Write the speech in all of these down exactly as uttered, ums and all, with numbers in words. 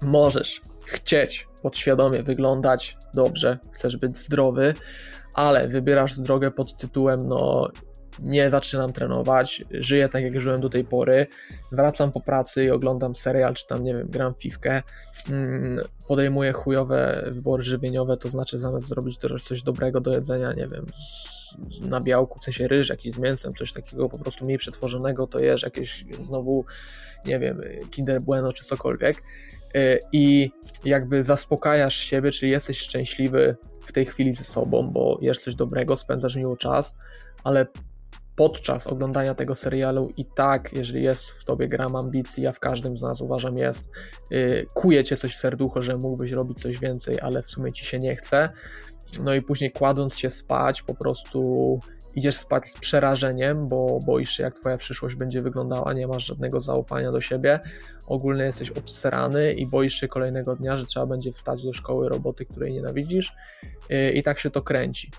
możesz chcieć podświadomie wyglądać dobrze, chcesz być zdrowy, ale wybierasz drogę pod tytułem no nie zaczynam trenować, żyję tak jak żyłem do tej pory, wracam po pracy i oglądam serial, czy tam nie wiem, gram w fifkę, podejmuję chujowe wybory żywieniowe, to znaczy zamiast zrobić też coś dobrego do jedzenia, nie wiem, na białku, w sensie ryż jakiś z mięsem, coś takiego po prostu mniej przetworzonego, to jesz jakieś znowu, nie wiem, Kinder Bueno czy cokolwiek i jakby zaspokajasz siebie, czyli jesteś szczęśliwy w tej chwili ze sobą, bo jesz coś dobrego, spędzasz miło czas, ale podczas oglądania tego serialu i tak, jeżeli jest w tobie gram ambicji, a w każdym z nas uważam jest, yy, kuje cię coś w serducho, że mógłbyś robić coś więcej, ale w sumie ci się nie chce, no i później kładąc się spać, po prostu idziesz spać z przerażeniem, bo boisz się jak twoja przyszłość będzie wyglądała, nie masz żadnego zaufania do siebie, ogólnie jesteś obsrany i boisz się kolejnego dnia, że trzeba będzie wstać do szkoły roboty, której nienawidzisz yy, i tak się to kręci.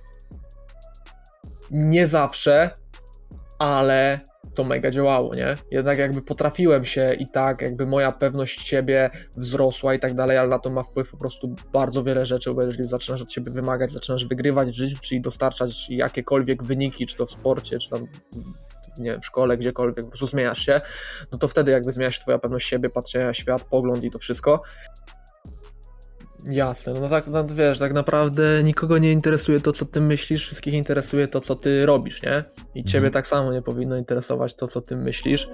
Nie zawsze, ale to mega działało, nie? Jednak jakby potrafiłem się i tak, jakby moja pewność siebie wzrosła i tak dalej, ale na to ma wpływ po prostu bardzo wiele rzeczy, bo jeżeli zaczynasz od siebie wymagać, zaczynasz wygrywać w życiu, czyli dostarczać jakiekolwiek wyniki, czy to w sporcie, czy tam nie wiem, w szkole, gdziekolwiek, po prostu zmieniasz się, no to wtedy jakby zmienia się twoja pewność siebie, patrzenia na świat, pogląd i to wszystko. Jasne, no tak, no wiesz, tak naprawdę nikogo nie interesuje to, co ty myślisz, wszystkich interesuje to, co ty robisz, nie? I mhm. ciebie tak samo nie powinno interesować to, co ty myślisz.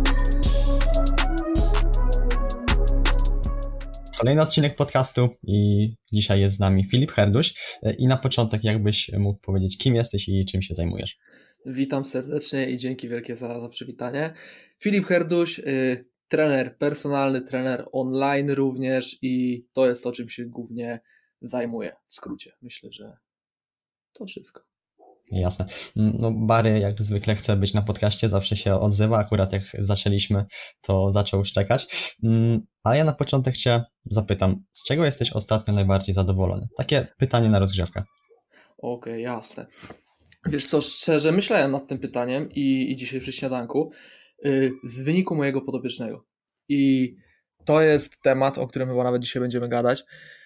Kolejny odcinek podcastu i dzisiaj jest z nami Filip Herduś i na początek jakbyś mógł powiedzieć, kim jesteś i czym się zajmujesz? Witam serdecznie i dzięki wielkie za, za przywitanie. Filip Herduś, y trener personalny, trener online również i to jest to, czym się głównie zajmuję w skrócie. Myślę, że to wszystko. Jasne. No Bary jak zwykle chce być na podcaście, zawsze się odzywa, akurat jak zaczęliśmy, to zaczął szczekać. Ale ja na początek cię zapytam, z czego jesteś ostatnio najbardziej zadowolony? Takie pytanie na rozgrzewkę. Okej, okay, jasne. Wiesz co, szczerze myślałem nad tym pytaniem i, i dzisiaj przy śniadanku, z wyniku mojego podopiecznego. I to jest temat, o którym chyba nawet dzisiaj będziemy gadać.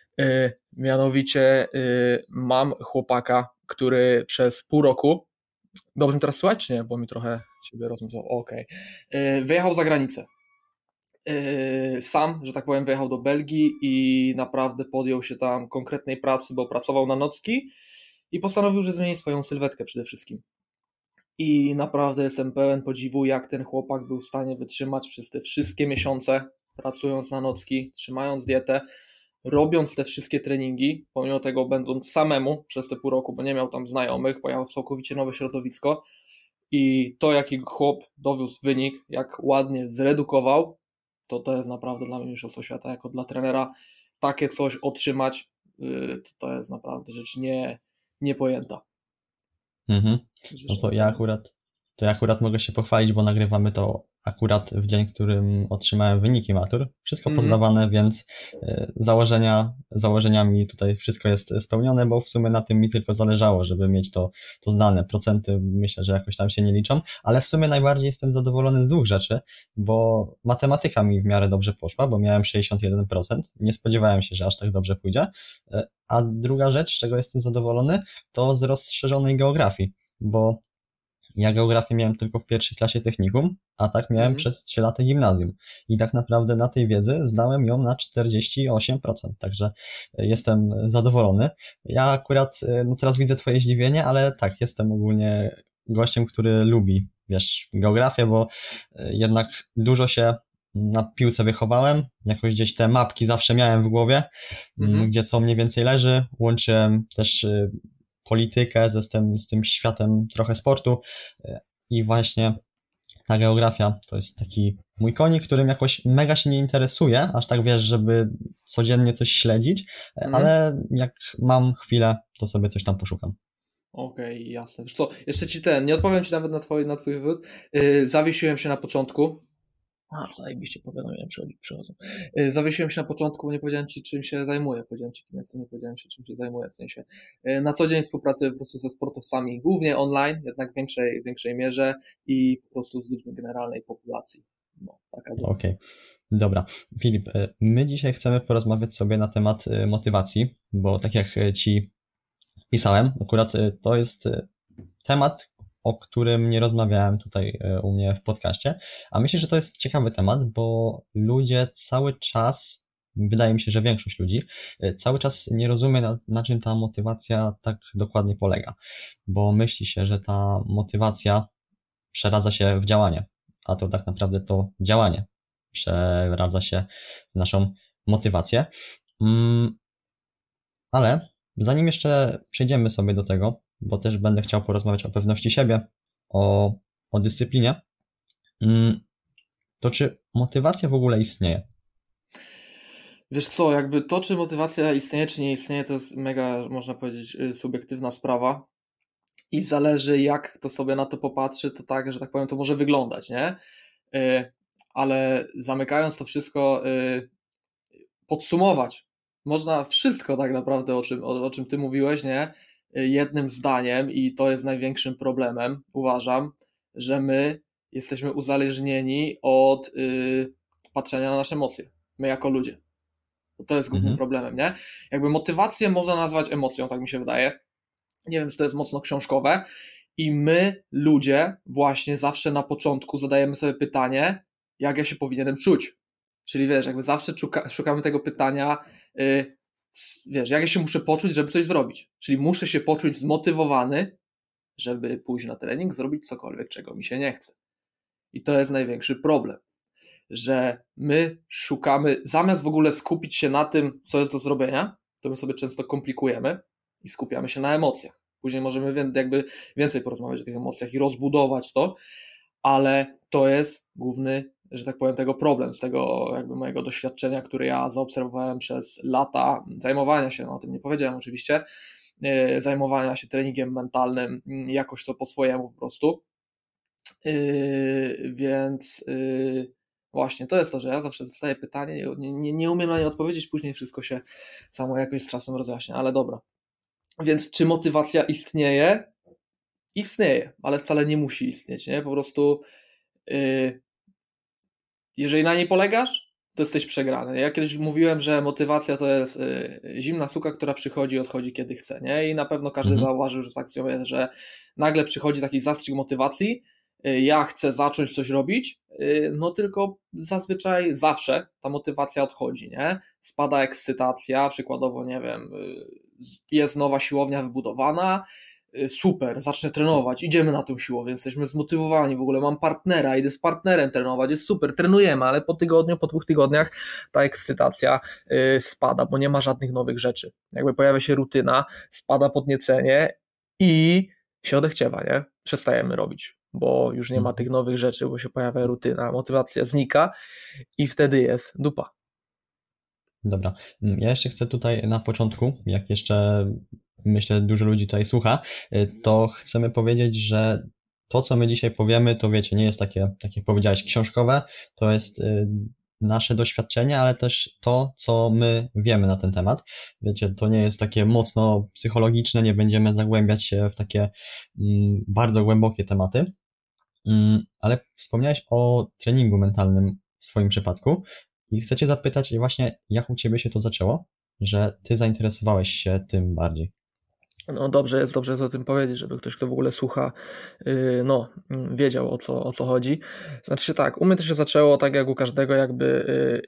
Mianowicie mam chłopaka, który przez pół roku, dobrze mi teraz słychać, czy nie? Bo mi trochę ciebie rozmawiało. Okej. Okay. Wyjechał za granicę. Sam, że tak powiem, wyjechał do Belgii i naprawdę podjął się tam konkretnej pracy, bo pracował na nocki i postanowił, że zmieni swoją sylwetkę przede wszystkim. I naprawdę jestem pełen podziwu, jak ten chłopak był w stanie wytrzymać przez te wszystkie miesiące, pracując na nocki, trzymając dietę, robiąc te wszystkie treningi, pomimo tego będąc samemu przez te pół roku, bo nie miał tam znajomych, pojechał w całkowicie nowe środowisko i to, jaki chłop dowiózł wynik, jak ładnie zredukował, to to jest naprawdę dla mnie mistrzostwo świata, jako dla trenera takie coś otrzymać, to jest naprawdę rzecz nie, niepojęta. Mhm. No to ja akurat to ja akurat mogę się pochwalić, bo nagrywamy to akurat w dzień, w którym otrzymałem wyniki matur. Wszystko mm. poznawane, więc założenia, założeniami tutaj wszystko jest spełnione, bo w sumie na tym mi tylko zależało, żeby mieć to, to znane. Procenty myślę, że jakoś tam się nie liczą, ale w sumie najbardziej jestem zadowolony z dwóch rzeczy, bo matematyka mi w miarę dobrze poszła, bo miałem sześćdziesiąt jeden procent. Nie spodziewałem się, że aż tak dobrze pójdzie. A druga rzecz, z czego jestem zadowolony, to z rozszerzonej geografii, bo ja geografię miałem tylko w pierwszej klasie technikum, a tak miałem mm. przez trzy lata gimnazjum. I tak naprawdę na tej wiedzy zdałem ją na czterdzieści osiem procent, także jestem zadowolony. Ja akurat, no teraz widzę twoje zdziwienie, ale tak, jestem ogólnie gościem, który lubi, wiesz, geografię, bo jednak dużo się na piłce wychowałem, jakoś gdzieś te mapki zawsze miałem w głowie, mm. gdzie co mniej więcej leży, łączyłem też politykę ze z tym, z tym światem trochę sportu i właśnie ta geografia to jest taki mój konik, którym jakoś mega się nie interesuje, aż tak wiesz, żeby codziennie coś śledzić, mm. ale jak mam chwilę, to sobie coś tam poszukam. Okej, okay, jasne. Wiesz co, jeszcze ci ten, nie odpowiem ci nawet na twój, na twój wywód. Yy, zawiesiłem się na początku. A, zajebiście powiadomienia przychodzą. Yy, zawiesiłem się na początku, bo nie powiedziałem ci, czym się zajmuję. Powiedziałem ci, kim jestem, nie powiedziałem ci, czym się zajmuję. W sensie yy, na co dzień współpracuję po prostu ze sportowcami, głównie online, jednak w większej, w większej mierze i po prostu z ludźmi generalnej populacji. No, taka Okej, okay. Dobra. Filip, my dzisiaj chcemy porozmawiać sobie na temat motywacji, bo tak jak Ci pisałem, akurat to jest temat, o którym nie rozmawiałem tutaj u mnie w podcaście, a myślę, że to jest ciekawy temat, bo ludzie cały czas, wydaje mi się, że większość ludzi cały czas nie rozumie, na, na czym ta motywacja tak dokładnie polega, bo myśli się, że ta motywacja przeradza się w działanie, a to tak naprawdę to działanie przeradza się w naszą motywację. Ale zanim jeszcze przejdziemy sobie do tego, bo też będę chciał porozmawiać o pewności siebie, o, o dyscyplinie, to czy motywacja w ogóle istnieje? Wiesz co, jakby to, czy motywacja istnieje, czy nie istnieje, to jest mega, można powiedzieć, subiektywna sprawa i zależy, jak kto sobie na to popatrzy, to tak, że tak powiem, to może wyglądać, nie? Ale zamykając to wszystko, podsumować można wszystko tak naprawdę, o czym, o, o czym ty mówiłeś, nie? Jednym zdaniem, i to jest największym problemem, uważam, że my jesteśmy uzależnieni od yy, patrzenia na nasze emocje, my jako ludzie. To jest głównym mhm. problemem, nie? Jakby motywację można nazwać emocją, tak mi się wydaje. Nie wiem, czy to jest mocno książkowe. I my, ludzie, właśnie zawsze na początku zadajemy sobie pytanie, jak ja się powinienem czuć. Czyli wiesz, jakby zawsze szuka, szukamy tego pytania, yy, wiesz, jak ja się muszę poczuć, żeby coś zrobić. Czyli muszę się poczuć zmotywowany, żeby pójść na trening, zrobić cokolwiek, czego mi się nie chce. I to jest największy problem, że my szukamy, zamiast w ogóle skupić się na tym, co jest do zrobienia, to my sobie często komplikujemy i skupiamy się na emocjach. Później możemy jakby więcej porozmawiać o tych emocjach i rozbudować to, ale to jest główny, że tak powiem, tego problem, z tego jakby mojego doświadczenia, które ja zaobserwowałem przez lata zajmowania się, no o tym nie powiedziałem oczywiście, yy, zajmowania się treningiem mentalnym, yy, jakoś to po swojemu po prostu. Yy, więc yy, właśnie to jest to, że ja zawsze dostaję pytanie, nie, nie, nie umiem na nie odpowiedzieć, później wszystko się samo jakoś z czasem rozjaśnia, ale dobra. Więc czy motywacja istnieje? Istnieje, ale wcale nie musi istnieć, nie? Po prostu yy, jeżeli na niej polegasz, to jesteś przegrany. Ja kiedyś mówiłem, że motywacja to jest yy, zimna suka, która przychodzi i odchodzi kiedy chce, nie? I na pewno każdy mhm. zauważył, że tak jest, że nagle przychodzi taki zastrzyk motywacji, yy, ja chcę zacząć coś robić, yy, no tylko zazwyczaj zawsze ta motywacja odchodzi, nie? Spada ekscytacja, przykładowo, nie wiem, yy, jest nowa siłownia wybudowana, super, zacznę trenować, idziemy na tą siłownię, jesteśmy zmotywowani, w ogóle mam partnera, idę z partnerem trenować, jest super, trenujemy, ale po tygodniu, po dwóch tygodniach ta ekscytacja yy, spada, bo nie ma żadnych nowych rzeczy. Jakby pojawia się rutyna, spada podniecenie i się odechciewa, nie? Przestajemy robić, bo już nie ma tych nowych rzeczy, bo się pojawia rutyna, motywacja znika i wtedy jest dupa. Dobra, ja jeszcze chcę tutaj na początku, jak jeszcze myślę, dużo ludzi tutaj słucha, to chcemy powiedzieć, że to, co my dzisiaj powiemy, to wiecie, nie jest takie, tak jak powiedziałeś, książkowe, to jest nasze doświadczenie, ale też to, co my wiemy na ten temat. Wiecie, to nie jest takie mocno psychologiczne, nie będziemy zagłębiać się w takie mm, bardzo głębokie tematy, mm, ale wspomniałeś o treningu mentalnym w swoim przypadku i chcę cię zapytać właśnie, jak u ciebie się to zaczęło, że ty zainteresowałeś się tym bardziej. No dobrze jest, dobrze jest o tym powiedzieć, żeby ktoś, kto w ogóle słucha, no, wiedział o co, o co chodzi. Znaczy się tak, u mnie to się zaczęło tak jak u każdego jakby,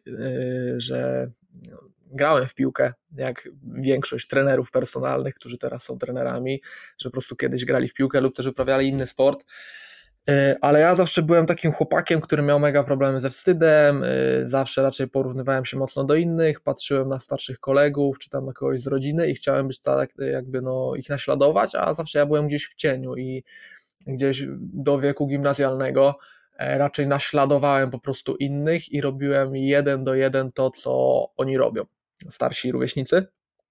że grałem w piłkę, jak większość trenerów personalnych, którzy teraz są trenerami, że po prostu kiedyś grali w piłkę lub też uprawiali inny sport. Ale ja zawsze byłem takim chłopakiem, który miał mega problemy ze wstydem, zawsze raczej porównywałem się mocno do innych, patrzyłem na starszych kolegów, czy tam na kogoś z rodziny i chciałem być tak jakby no ich naśladować, a zawsze ja byłem gdzieś w cieniu i gdzieś do wieku gimnazjalnego raczej naśladowałem po prostu innych i robiłem jeden do jeden to, co oni robią, starsi rówieśnicy,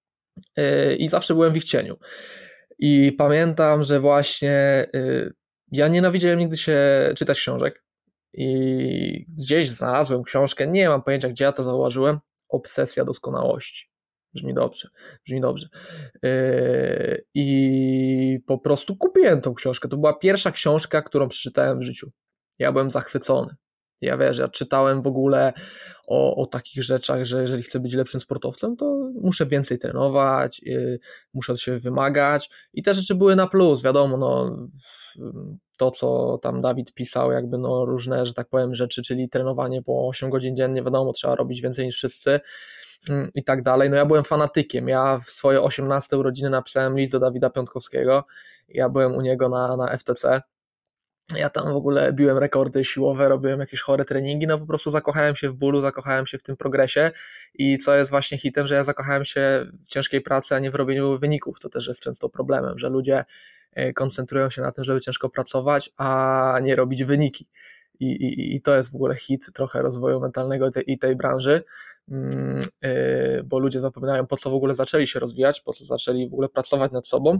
i zawsze byłem w ich cieniu. I pamiętam, że właśnie ja nienawidziłem nigdy się czytać książek i gdzieś znalazłem książkę, nie mam pojęcia, gdzie ja to zauważyłem, Obsesja doskonałości. Brzmi dobrze, brzmi dobrze. Yy, I po prostu kupiłem tą książkę. To była pierwsza książka, którą przeczytałem w życiu. Ja byłem zachwycony. Ja wiesz, ja czytałem w ogóle o, o takich rzeczach, że jeżeli chcę być lepszym sportowcem, to muszę więcej trenować, yy, muszę od siebie wymagać i te rzeczy były na plus, wiadomo, no to co tam Dawid pisał, jakby no różne, że tak powiem, rzeczy, czyli trenowanie po osiem godzin dziennie, wiadomo, trzeba robić więcej niż wszyscy yy, i tak dalej. No ja byłem fanatykiem, ja w swoje osiemnaste urodziny napisałem list do Dawida Piątkowskiego, ja byłem u niego na, na F T C. Ja tam w ogóle biłem rekordy siłowe, robiłem jakieś chore treningi, no po prostu zakochałem się w bólu, zakochałem się w tym progresie i co jest właśnie hitem, że ja zakochałem się w ciężkiej pracy, a nie w robieniu wyników. To też jest często problemem, że ludzie koncentrują się na tym, żeby ciężko pracować, a nie robić wyniki. I, i, i to jest w ogóle hit trochę rozwoju mentalnego tej, i tej branży, bo ludzie zapominają, po co w ogóle zaczęli się rozwijać, po co zaczęli w ogóle pracować nad sobą,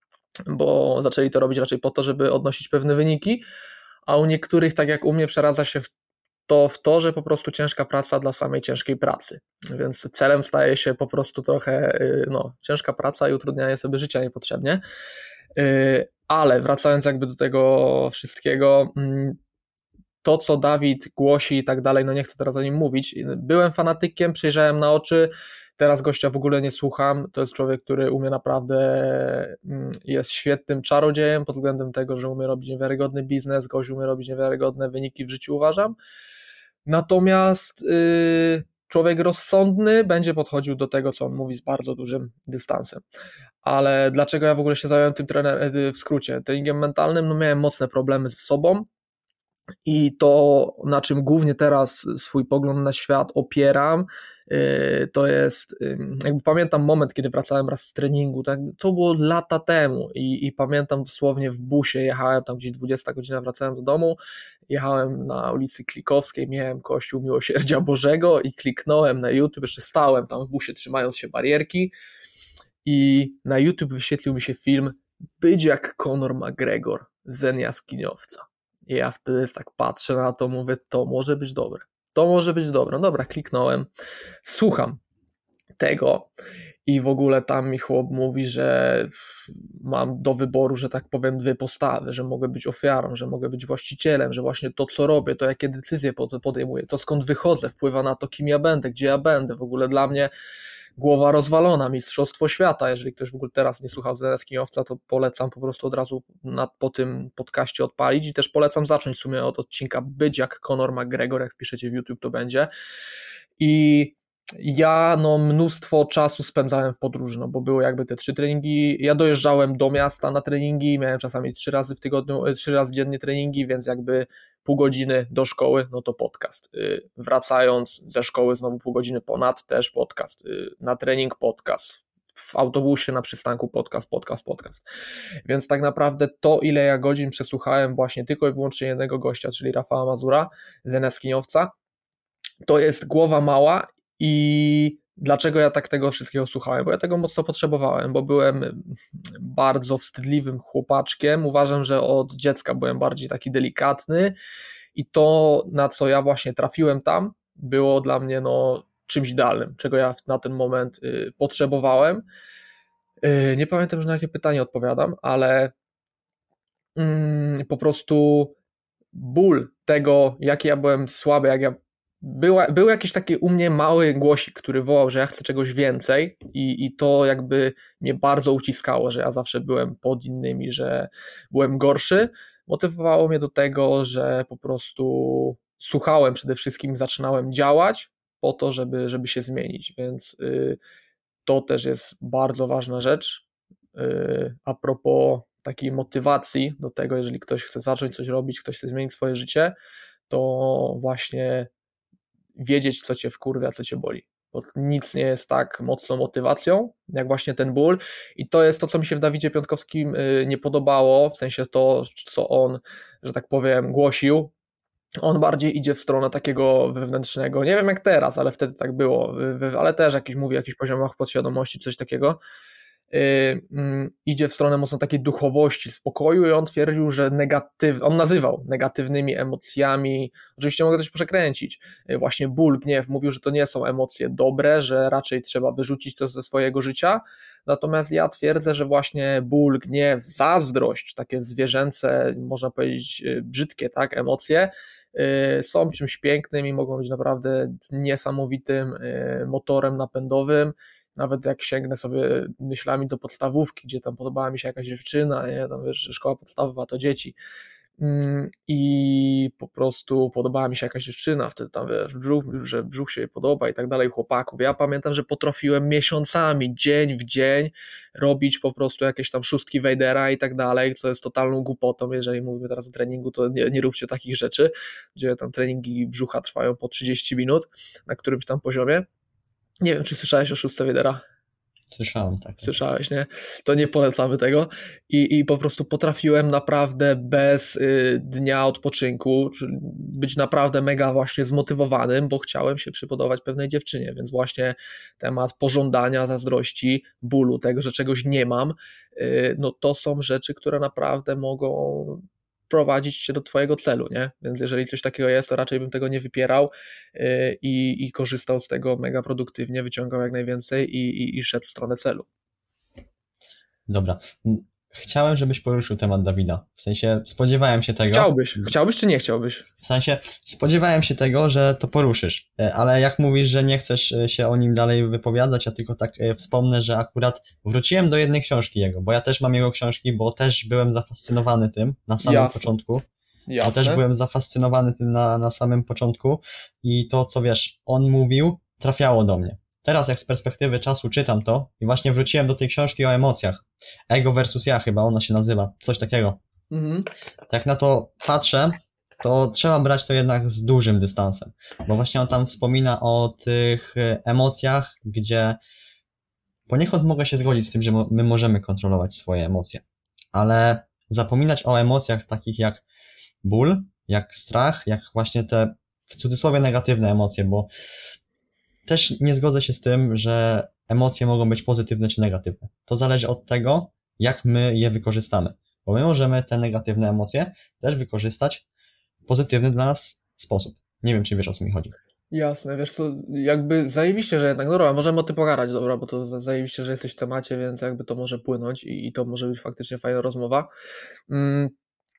bo zaczęli to robić raczej po to, żeby odnosić pewne wyniki, a u niektórych, tak jak u mnie, przeradza się w to, w to, że po prostu ciężka praca dla samej ciężkiej pracy, więc celem staje się po prostu trochę no, ciężka praca i utrudnianie sobie życia niepotrzebnie, ale wracając jakby do tego wszystkiego, to co Dawid głosi i tak dalej, no nie chcę teraz o nim mówić, byłem fanatykiem, przyjrzałem na oczy. Teraz gościa w ogóle nie słucham, to jest człowiek, który umie naprawdę, jest świetnym czarodziejem pod względem tego, że umie robić niewiarygodny biznes, gość umie robić niewiarygodne wyniki w życiu, uważam. Natomiast yy, człowiek rozsądny będzie podchodził do tego, co on mówi, z bardzo dużym dystansem. Ale dlaczego ja w ogóle się zająłem tym trener, w skrócie, treningiem mentalnym? No miałem mocne problemy z sobą. I to, na czym głównie teraz swój pogląd na świat opieram, to jest, jakby pamiętam moment, kiedy wracałem raz z treningu, tak, to było lata temu i, i pamiętam dosłownie w busie, jechałem tam gdzieś dwudziesta godzina, wracałem do domu, jechałem na ulicy Klikowskiej, miałem Kościół Miłosierdzia Bożego i kliknąłem na YouTube, jeszcze stałem tam w busie trzymając się barierki i na YouTube wyświetlił mi się film Być jak Conor McGregor, Zen Jaskiniowca. I ja wtedy tak patrzę na to, mówię, to może być dobre, to może być dobre. No dobra, kliknąłem, słucham tego i w ogóle tam mi chłop mówi, że mam do wyboru, że tak powiem, dwie postawy, że mogę być ofiarą, że mogę być właścicielem, że właśnie to, co robię, to jakie decyzje podejmuję, to skąd wychodzę, wpływa na to, kim ja będę, gdzie ja będę. W ogóle dla mnie głowa rozwalona, mistrzostwo świata. Jeżeli ktoś w ogóle teraz nie słuchał Zena Jaskiniowca, to polecam po prostu od razu na, po tym podcaście odpalić i też polecam zacząć w sumie od odcinka Być jak Conor McGregor, jak wpiszecie w YouTube, to będzie. I ja no mnóstwo czasu spędzałem w podróży, no bo były jakby te trzy treningi, ja dojeżdżałem do miasta na treningi, miałem czasami trzy razy w tygodniu, trzy razy dziennie treningi, więc jakby pół godziny do szkoły, no to podcast. Wracając ze szkoły znowu pół godziny ponad, też podcast. Na trening podcast. W autobusie na przystanku podcast, podcast, podcast. Więc tak naprawdę to, ile ja godzin przesłuchałem właśnie tylko i wyłącznie jednego gościa, czyli Rafała Mazura, Zena Jaskiniowca, to jest głowa mała i dlaczego ja tak tego wszystkiego słuchałem? Bo ja tego mocno potrzebowałem, bo byłem bardzo wstydliwym chłopaczkiem. Uważam, że od dziecka byłem bardziej taki delikatny i to, na co ja właśnie trafiłem tam, było dla mnie no, czymś idealnym, czego ja na ten moment y, potrzebowałem. Y, nie pamiętam już, na jakie pytanie odpowiadam, ale y, po prostu ból tego, jaki ja byłem słaby, jak ja Była, był jakiś taki u mnie mały głosik, który wołał, że ja chcę czegoś więcej i, i to jakby mnie bardzo uciskało, że ja zawsze byłem pod innymi, że byłem gorszy. Motywowało mnie do tego, że po prostu słuchałem przede wszystkim, zaczynałem działać po to, żeby, żeby się zmienić, więc y, to też jest bardzo ważna rzecz. Y, a propos takiej motywacji do tego, jeżeli ktoś chce zacząć coś robić, ktoś chce zmienić swoje życie, to właśnie wiedzieć, co cię wkurwia, co cię boli, bo nic nie jest tak mocną motywacją, jak właśnie ten ból i to jest to, co mi się w Dawidzie Piątkowskim nie podobało, w sensie to, co on, że tak powiem, głosił. On bardziej idzie w stronę takiego wewnętrznego, nie wiem jak teraz, ale wtedy tak było, ale też jakiś mówi o jakichś poziomach podświadomości, coś takiego. Yy, yy, idzie w stronę mocno takiej duchowości, spokoju i on twierdził, że negatyw, on nazywał negatywnymi emocjami, oczywiście mogę też przekręcić, yy, właśnie ból, gniew, mówił, że to nie są emocje dobre, że raczej trzeba wyrzucić to ze swojego życia, natomiast ja twierdzę, że właśnie ból, gniew, zazdrość, takie zwierzęce, można powiedzieć yy, brzydkie, tak, emocje, są czymś pięknym i mogą być naprawdę niesamowitym motorem napędowym. Nawet jak sięgnę sobie myślami do podstawówki, gdzie tam podobała mi się jakaś dziewczyna, nie? Tam wiesz, szkoła podstawowa to dzieci i po prostu podobała mi się jakaś dziewczyna, wtedy tam wiesz, brzuch, że brzuch się jej podoba i tak dalej, chłopaków. Ja pamiętam, że potrafiłem miesiącami, dzień w dzień robić po prostu jakieś tam szóstki Vadera i tak dalej, co jest totalną głupotą, jeżeli mówimy teraz o treningu, to nie, nie róbcie takich rzeczy, gdzie tam treningi brzucha trwają po trzydzieści minut na którymś tam poziomie. Nie wiem, czy słyszałeś o szóstce Vadera? Słyszałem, tak. Słyszałeś, nie? To nie polecamy tego. I, i po prostu potrafiłem naprawdę bez y, dnia odpoczynku być naprawdę mega właśnie zmotywowanym, bo chciałem się przypodobać pewnej dziewczynie, więc właśnie temat pożądania, zazdrości, bólu, tego, że czegoś nie mam, y, no to są rzeczy, które naprawdę mogą prowadzić cię do twojego celu, nie? Więc jeżeli coś takiego jest, to raczej bym tego nie wypierał yy, i, i korzystał z tego mega produktywnie, wyciągał jak najwięcej i, i, i szedł w stronę celu. Dobra. Chciałem, żebyś poruszył temat Dawida. W sensie spodziewałem się tego. Chciałbyś. Chciałbyś czy nie chciałbyś? W sensie spodziewałem się tego, że to poruszysz. Ale jak mówisz, że nie chcesz się o nim dalej wypowiadać, ja tylko tak wspomnę, że akurat wróciłem do jednej książki jego, bo ja też mam jego książki, bo też byłem zafascynowany tym na samym Jasne. początku. Jasne. Bo też byłem zafascynowany tym na, na samym początku i to, co wiesz, on mówił, trafiało do mnie. Teraz jak z perspektywy czasu czytam to i właśnie wróciłem do tej książki o emocjach. Ego versus ja chyba ona się nazywa, coś takiego. Mhm. Jak na to patrzę, to trzeba brać to jednak z dużym dystansem, bo właśnie on tam wspomina o tych emocjach, gdzie poniekąd mogę się zgodzić z tym, że my możemy kontrolować swoje emocje, ale zapominać o emocjach takich jak ból, jak strach, jak właśnie te w cudzysłowie negatywne emocje, bo też nie zgodzę się z tym, że emocje mogą być pozytywne czy negatywne. To zależy od tego, jak my je wykorzystamy, bo my możemy te negatywne emocje też wykorzystać w pozytywny dla nas sposób. Nie wiem, czy wiesz, o co mi chodzi. Jasne, wiesz co, jakby zajebiście, że jednak, dobra, możemy o tym pogadać, dobra, bo to zajebiście, że jesteś w temacie, więc jakby to może płynąć i, i to może być faktycznie fajna rozmowa. Mm,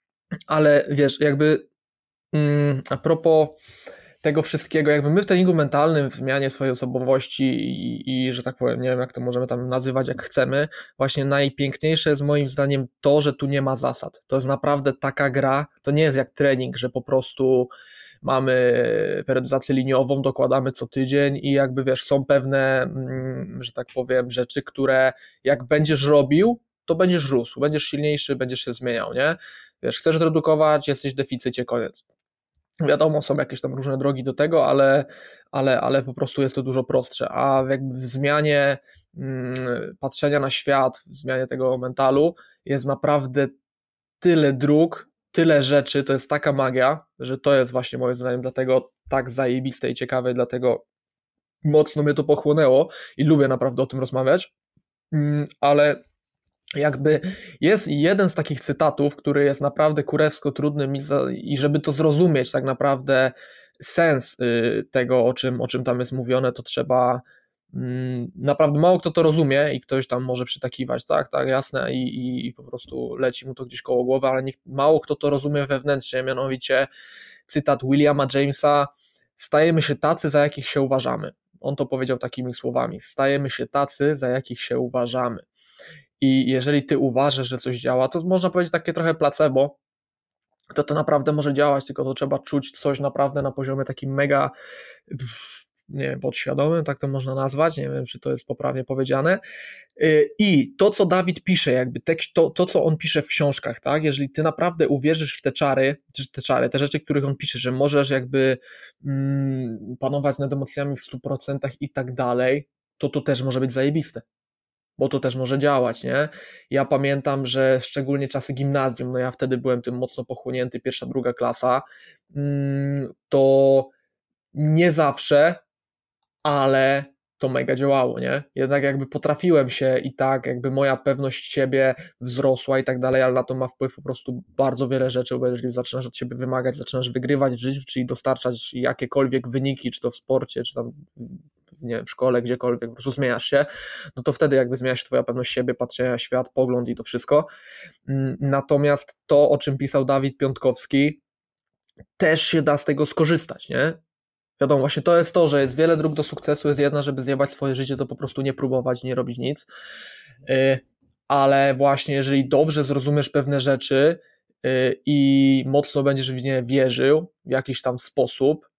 ale wiesz, jakby mm, a propos tego wszystkiego, jakby my w treningu mentalnym, w zmianie swojej osobowości i, i że tak powiem, nie wiem jak to możemy tam nazywać jak chcemy, właśnie najpiękniejsze jest moim zdaniem to, że tu nie ma zasad. To jest naprawdę taka gra, to nie jest jak trening, że po prostu mamy periodyzację liniową, dokładamy co tydzień i jakby wiesz, są pewne, że tak powiem, rzeczy, które jak będziesz robił, to będziesz rósł, będziesz silniejszy, będziesz się zmieniał, nie? Wiesz, chcesz zredukować, jesteś w deficycie, koniec. Wiadomo, są jakieś tam różne drogi do tego, ale, ale, ale po prostu jest to dużo prostsze, a jakby w zmianie mm, patrzenia na świat, w zmianie tego mentalu jest naprawdę tyle dróg, tyle rzeczy, to jest taka magia, że to jest właśnie moim zdaniem dlatego tak zajebiste i ciekawe, dlatego mocno mnie to pochłonęło i lubię naprawdę o tym rozmawiać, mm, ale jakby jest jeden z takich cytatów, który jest naprawdę kurewsko trudny i żeby to zrozumieć tak naprawdę sens tego, o czym, o czym tam jest mówione, to trzeba naprawdę mało kto to rozumie i ktoś tam może przytakiwać, tak, tak, jasne i, i, i po prostu leci mu to gdzieś koło głowy, ale nie, mało kto to rozumie wewnętrznie, mianowicie cytat Williama Jamesa: stajemy się tacy, za jakich się uważamy. On to powiedział takimi słowami: stajemy się tacy, za jakich się uważamy. I jeżeli ty uważasz, że coś działa, to można powiedzieć takie trochę placebo, to to naprawdę może działać, tylko to trzeba czuć coś naprawdę na poziomie takim mega, nie wiem, podświadomym, tak to można nazwać, nie wiem, czy to jest poprawnie powiedziane. I to, co Dawid pisze, jakby tekst, to, to, co on pisze w książkach, tak, jeżeli ty naprawdę uwierzysz w te czary, czy te czary, te rzeczy, których on pisze, że możesz jakby mm, panować nad emocjami w stu procentach i tak dalej, to to też może być zajebiste, bo to też może działać, nie? Ja pamiętam, że szczególnie czasy gimnazjum, no ja wtedy byłem tym mocno pochłonięty, pierwsza, druga klasa, to nie zawsze, ale to mega działało, nie? Jednak jakby potrafiłem się i tak jakby moja pewność siebie wzrosła i tak dalej, ale na to ma wpływ po prostu bardzo wiele rzeczy, bo jeżeli zaczynasz od siebie wymagać, zaczynasz wygrywać w życiu, czyli dostarczać jakiekolwiek wyniki, czy to w sporcie, czy tam nie wiem, w szkole, gdziekolwiek, po prostu zmieniasz się, no to wtedy jakby zmienia się twoja pewność siebie, patrzenia na świat, pogląd i to wszystko. Natomiast to, o czym pisał Dawid Piątkowski, też się da z tego skorzystać, nie? Wiadomo, właśnie to jest to, że jest wiele dróg do sukcesu, jest jedna, żeby zjebać swoje życie, to po prostu nie próbować, nie robić nic, ale właśnie jeżeli dobrze zrozumiesz pewne rzeczy i mocno będziesz w nie wierzył w jakiś tam sposób,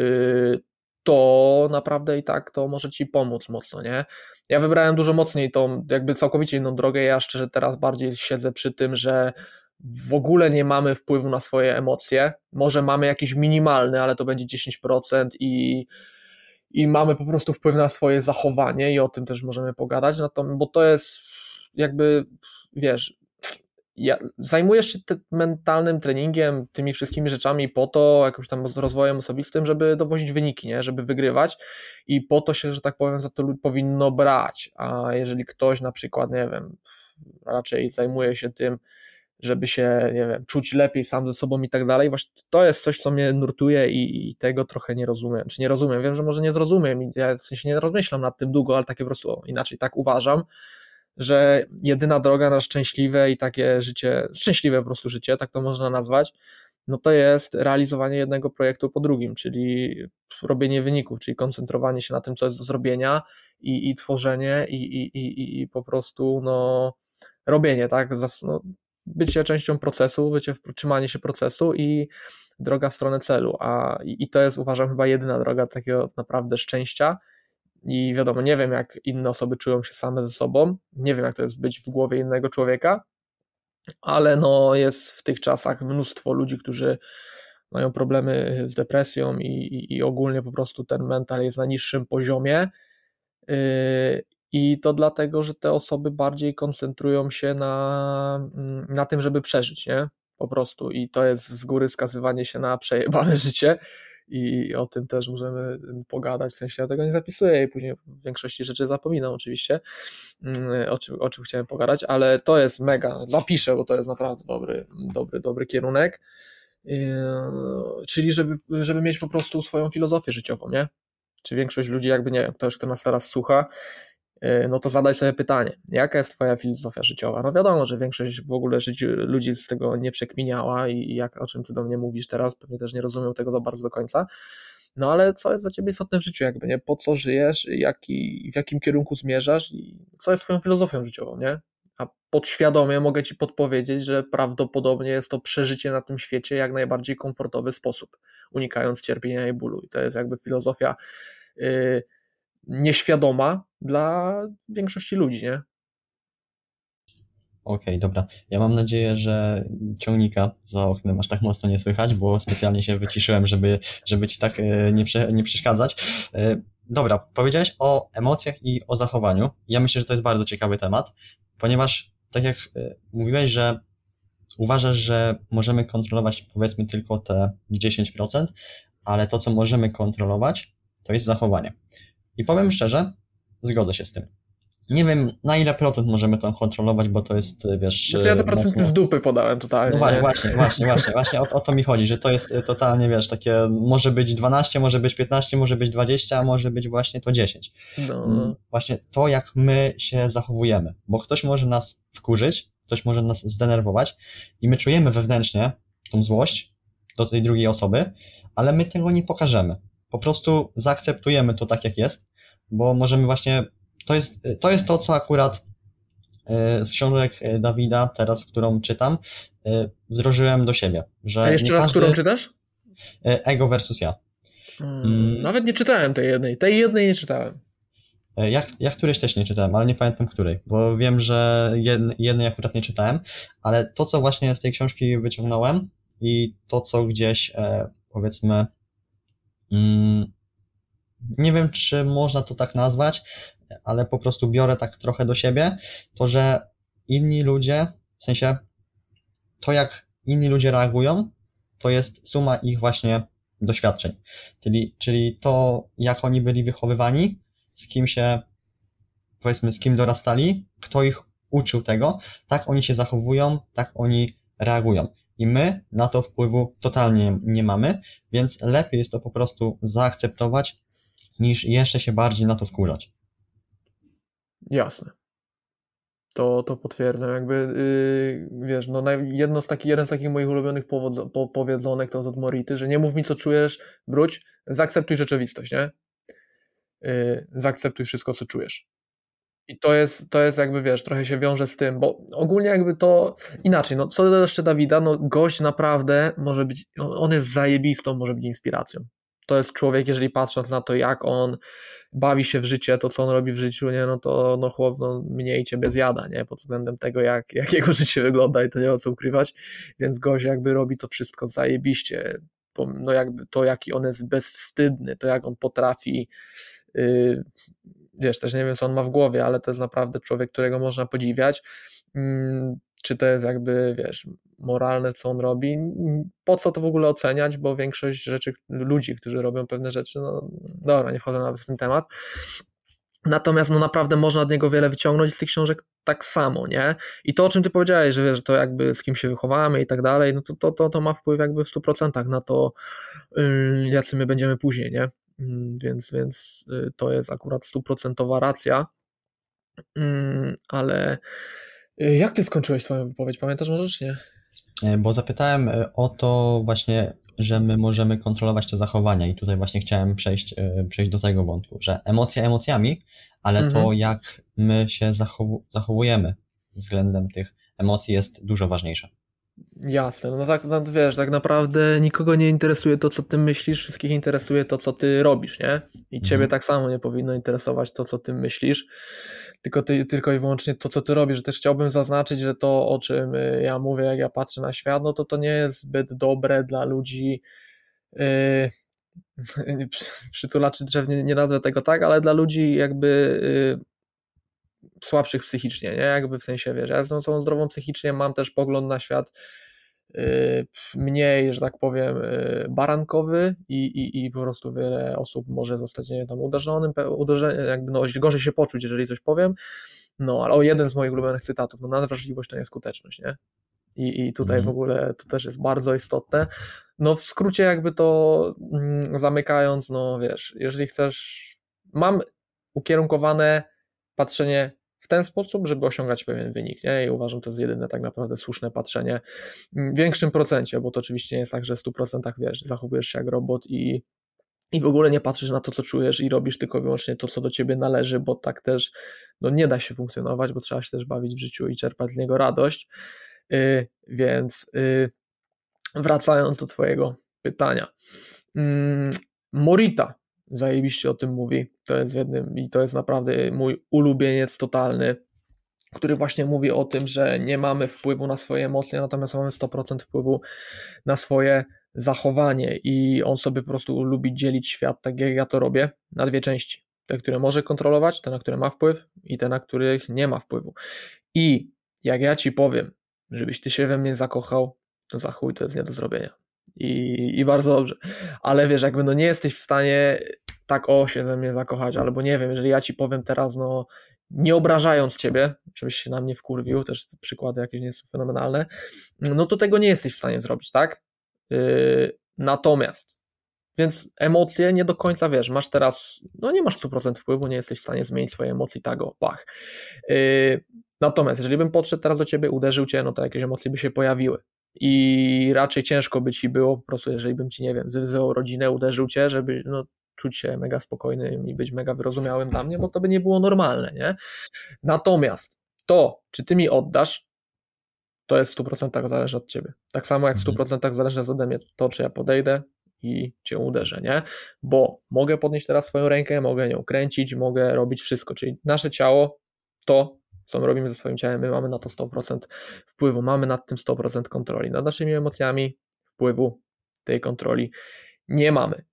to naprawdę i tak to może ci pomóc mocno, nie? Ja wybrałem dużo mocniej tą, jakby całkowicie inną drogę, ja szczerze teraz bardziej siedzę przy tym, że w ogóle nie mamy wpływu na swoje emocje, może mamy jakiś minimalny, ale to będzie dziesięć procent i, i mamy po prostu wpływ na swoje zachowanie i o tym też możemy pogadać, no to, bo to jest jakby, wiesz, ja, zajmujesz się tym mentalnym treningiem, tymi wszystkimi rzeczami po to, jakimś tam rozwojem osobistym, żeby dowozić wyniki, nie? Żeby wygrywać i po to się, że tak powiem, za to powinno brać, a jeżeli ktoś na przykład, nie wiem, raczej zajmuje się tym, żeby się, nie wiem, czuć lepiej sam ze sobą i tak dalej, właśnie to jest coś, co mnie nurtuje i, i tego trochę nie rozumiem, czy nie rozumiem, wiem, że może nie zrozumiem, ja w sensie nie rozmyślam nad tym długo, ale takie po prostu inaczej tak uważam, że jedyna droga na szczęśliwe i takie życie, szczęśliwe po prostu życie, tak to można nazwać, no to jest realizowanie jednego projektu po drugim, czyli robienie wyników, czyli koncentrowanie się na tym, co jest do zrobienia i, i tworzenie i, i, i, i po prostu no robienie, tak, no, bycie częścią procesu, bycie, trzymanie się procesu i droga w stronę celu, a i, i to jest, uważam, chyba jedyna droga takiego naprawdę szczęścia. I wiadomo, nie wiem, jak inne osoby czują się same ze sobą, nie wiem, jak to jest być w głowie innego człowieka, ale no jest w tych czasach mnóstwo ludzi, którzy mają problemy z depresją i, i, i ogólnie po prostu ten mental jest na niższym poziomie yy, i to dlatego, że te osoby bardziej koncentrują się na, na tym, żeby przeżyć, nie? Po prostu i to jest z góry skazywanie się na przejebane życie, i o tym też możemy pogadać, w sensie ja tego nie zapisuję i później w większości rzeczy zapominam oczywiście, o czym, o czym chciałem pogadać, ale to jest mega, zapiszę, bo to jest naprawdę dobry, dobry, dobry kierunek, czyli żeby, żeby mieć po prostu swoją filozofię życiową, nie? Czy większość ludzi jakby, nie wiem, ktoś, kto nas teraz słucha, no to zadaj sobie pytanie, jaka jest twoja filozofia życiowa? No wiadomo, że większość w ogóle życi, ludzi z tego nie przekminiała i jak, o czym ty do mnie mówisz teraz, pewnie też nie rozumią tego za bardzo do końca, no ale co jest dla ciebie istotne w życiu jakby, nie? Po co żyjesz, jaki, w jakim kierunku zmierzasz i co jest twoją filozofią życiową, nie? A podświadomie mogę ci podpowiedzieć, że prawdopodobnie jest to przeżycie na tym świecie jak najbardziej komfortowy sposób, unikając cierpienia i bólu i to jest jakby filozofia yy, nieświadoma dla większości ludzi, nie? Okej, okay, dobra. Ja mam nadzieję, że ciągnika za oknem aż tak mocno nie słychać, bo specjalnie się wyciszyłem, żeby, żeby ci tak nie, prze, nie przeszkadzać. Dobra, powiedziałeś o emocjach i o zachowaniu. Ja myślę, że to jest bardzo ciekawy temat, ponieważ tak jak mówiłeś, że uważasz, że możemy kontrolować powiedzmy tylko te dziesięć procent, ale to, co możemy kontrolować, to jest zachowanie. I powiem szczerze, zgodzę się z tym. Nie wiem, na ile procent możemy to kontrolować, bo to jest, wiesz... Znaczy ja te procenty mocno... z dupy podałem totalnie. No właśnie, właśnie, właśnie, właśnie, właśnie o, o to mi chodzi, że to jest totalnie, wiesz, takie może być dwanaście, może być piętnaście, może być dwadzieścia, a może być właśnie to dziesięć. No. Właśnie to, jak my się zachowujemy, bo ktoś może nas wkurzyć, ktoś może nas zdenerwować i my czujemy wewnętrznie tą złość do tej drugiej osoby, ale my tego nie pokażemy. Po prostu zaakceptujemy to tak, jak jest, bo możemy właśnie... To jest, to jest to, co akurat z książek Dawida, teraz, którą czytam, wdrożyłem do siebie. Że A jeszcze raz, każdy... którą czytasz? Ego versus ja. Hmm, nawet nie czytałem tej jednej. Tej jednej nie czytałem. Ja, ja którejś też nie czytałem, ale nie pamiętam której, bo wiem, że jednej, jednej akurat nie czytałem, ale to, co właśnie z tej książki wyciągnąłem i to, co gdzieś, powiedzmy, mm, nie wiem, czy można to tak nazwać, ale po prostu biorę tak trochę do siebie, to, że inni ludzie, w sensie to, jak inni ludzie reagują, to jest suma ich właśnie doświadczeń. Czyli, czyli to, jak oni byli wychowywani, z kim się, powiedzmy, z kim dorastali, kto ich uczył tego, tak oni się zachowują, tak oni reagują. I my na to wpływu totalnie nie mamy, więc lepiej jest to po prostu zaakceptować, niż jeszcze się bardziej na to wkurzać. Jasne. To, to potwierdzam, jakby, yy, wiesz, no jedno z takich, jeden z takich moich ulubionych powodzo, po, powiedzonek to z od Mority, że nie mów mi co czujesz, wróć, zaakceptuj rzeczywistość, nie? Yy, zaakceptuj wszystko co czujesz. I to jest, to jest jakby, wiesz, trochę się wiąże z tym, bo ogólnie jakby to inaczej, no co do jeszcze Dawida, no gość naprawdę może być, on jest zajebistą, może być inspiracją. To jest człowiek, jeżeli patrząc na to, jak on bawi się w życie, to co on robi w życiu, nie, no to no chłop no, mnie i ciebie zjada, nie, pod względem tego, jak, jak jego życie wygląda i to nie ma co ukrywać, więc gość jakby robi to wszystko zajebiście, no jakby to, jaki on jest bezwstydny, to jak on potrafi, yy, wiesz, też nie wiem, co on ma w głowie, ale to jest naprawdę człowiek, którego można podziwiać. Czy to jest jakby, wiesz, moralne, co on robi? Po co to w ogóle oceniać, bo większość rzeczy, ludzi, którzy robią pewne rzeczy, no dobra, nie wchodzę nawet w ten temat. Natomiast no naprawdę można od niego wiele wyciągnąć z tych książek tak samo, nie? I to, o czym ty powiedziałeś, że wiesz, to jakby z kim się wychowamy i tak dalej, no to, to, to, to ma wpływ jakby w stu procentach na to, yy, jacy my będziemy później, nie? Więc, więc to jest akurat stuprocentowa racja, ale jak ty skończyłeś swoją wypowiedź? Pamiętasz może czy nie? Bo zapytałem o to właśnie, że my możemy kontrolować te zachowania i tutaj właśnie chciałem przejść, przejść do tego wątku, że emocje emocjami, ale mhm. to jak my się zachow- zachowujemy względem tych emocji jest dużo ważniejsze. Jasne, no tak, no wiesz, tak naprawdę nikogo nie interesuje to, co ty myślisz, wszystkich interesuje to, co ty robisz, nie? I ciebie mhm. tak samo nie powinno interesować to, co ty myślisz, tylko, ty, tylko i wyłącznie to, co ty robisz. Też chciałbym zaznaczyć, że to, o czym ja mówię, jak ja patrzę na świat, no to to nie jest zbyt dobre dla ludzi, yy, przytulaczy drzew, nie, nie nazwę tego tak, ale dla ludzi jakby yy, słabszych psychicznie, nie? Jakby w sensie, wiesz, ja jestem tą zdrową psychicznie, mam też pogląd na świat yy, mniej, że tak powiem, yy, barankowy i, i, i po prostu wiele osób może zostać, nie, tam uderzonym, uderzenie, jakby no, gorzej się poczuć, jeżeli coś powiem, no, ale o, jeden z moich ulubionych cytatów, no, nadwrażliwość to nie skuteczność, nie? I, i tutaj mhm. w ogóle to też jest bardzo istotne. No w skrócie jakby to mm, zamykając, no wiesz, jeżeli chcesz, mam ukierunkowane patrzenie w ten sposób, żeby osiągać pewien wynik, nie? I uważam, to jest jedyne tak naprawdę słuszne patrzenie w większym procencie, bo to oczywiście nie jest tak, że w stu procentach, wiesz, zachowujesz się jak robot i, i w ogóle nie patrzysz na to, co czujesz i robisz tylko i wyłącznie to, co do ciebie należy, bo tak też no, nie da się funkcjonować, bo trzeba się też bawić w życiu i czerpać z niego radość, yy, więc yy, wracając do twojego pytania. Yy, Morita zajebiście o tym mówi, to jest w jednym i to jest naprawdę mój ulubieniec totalny, który właśnie mówi o tym, że nie mamy wpływu na swoje emocje, natomiast mamy sto procent wpływu na swoje zachowanie i on sobie po prostu lubi dzielić świat, tak jak ja to robię, na dwie części. Te, które może kontrolować, te, na które ma wpływ i te, na których nie ma wpływu. I jak ja ci powiem, żebyś ty się we mnie zakochał, to za chuj to jest nie do zrobienia. I, i bardzo dobrze, ale wiesz, jakby no nie jesteś w stanie tak o się ze mnie zakochać, albo nie wiem, jeżeli ja ci powiem teraz, no nie obrażając ciebie, żebyś się na mnie wkurwił, też te przykłady jakieś nie są fenomenalne, no to tego nie jesteś w stanie zrobić, tak? Yy, natomiast, więc emocje nie do końca, wiesz, masz teraz, no nie masz stu procent wpływu, nie jesteś w stanie zmienić swojej emocji, tak o, pach. Yy, natomiast, jeżeli bym podszedł teraz do ciebie, uderzył cię, no to jakieś emocje by się pojawiły. I raczej ciężko by ci było, po prostu jeżeli bym ci, nie wiem, zwyzywał rodzinę, uderzył cię, żeby no, czuć się mega spokojnym i być mega wyrozumiałym dla mnie, bo to by nie było normalne, nie? Natomiast to, czy ty mi oddasz, to jest w stu procentach zależy od ciebie. Tak samo jak w stu procentach zależy ode mnie to, czy ja podejdę i cię uderzę, nie? Bo mogę podnieść teraz swoją rękę, mogę nią kręcić, mogę robić wszystko, czyli nasze ciało, to co my robimy ze swoim ciałem, my mamy na to sto procent wpływu, mamy nad tym sto procent kontroli. Nad naszymi emocjami wpływu tej kontroli nie mamy.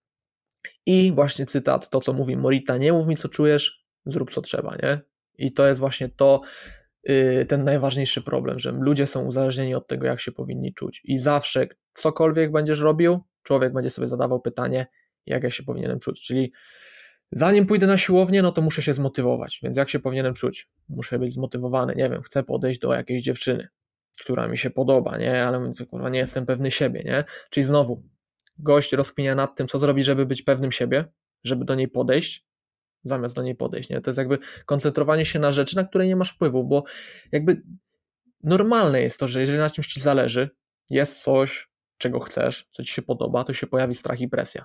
I właśnie cytat, to co mówi Morita, nie mów mi co czujesz, zrób co trzeba, nie? I to jest właśnie to, yy, ten najważniejszy problem, że ludzie są uzależnieni od tego, jak się powinni czuć. I zawsze cokolwiek będziesz robił, człowiek będzie sobie zadawał pytanie, jak ja się powinienem czuć, czyli zanim pójdę na siłownię, no to muszę się zmotywować, więc jak się powinienem czuć? Muszę być zmotywowany, nie wiem, chcę podejść do jakiejś dziewczyny, która mi się podoba, nie, ale kurwa, nie jestem pewny siebie, nie, czyli znowu gość rozkminia nad tym, co zrobić, żeby być pewnym siebie, żeby do niej podejść, zamiast do niej podejść, nie? To jest jakby koncentrowanie się na rzeczy, na które nie masz wpływu, bo jakby normalne jest to, że jeżeli na czymś ci zależy, jest coś, czego chcesz, co ci się podoba, to się pojawi strach i presja.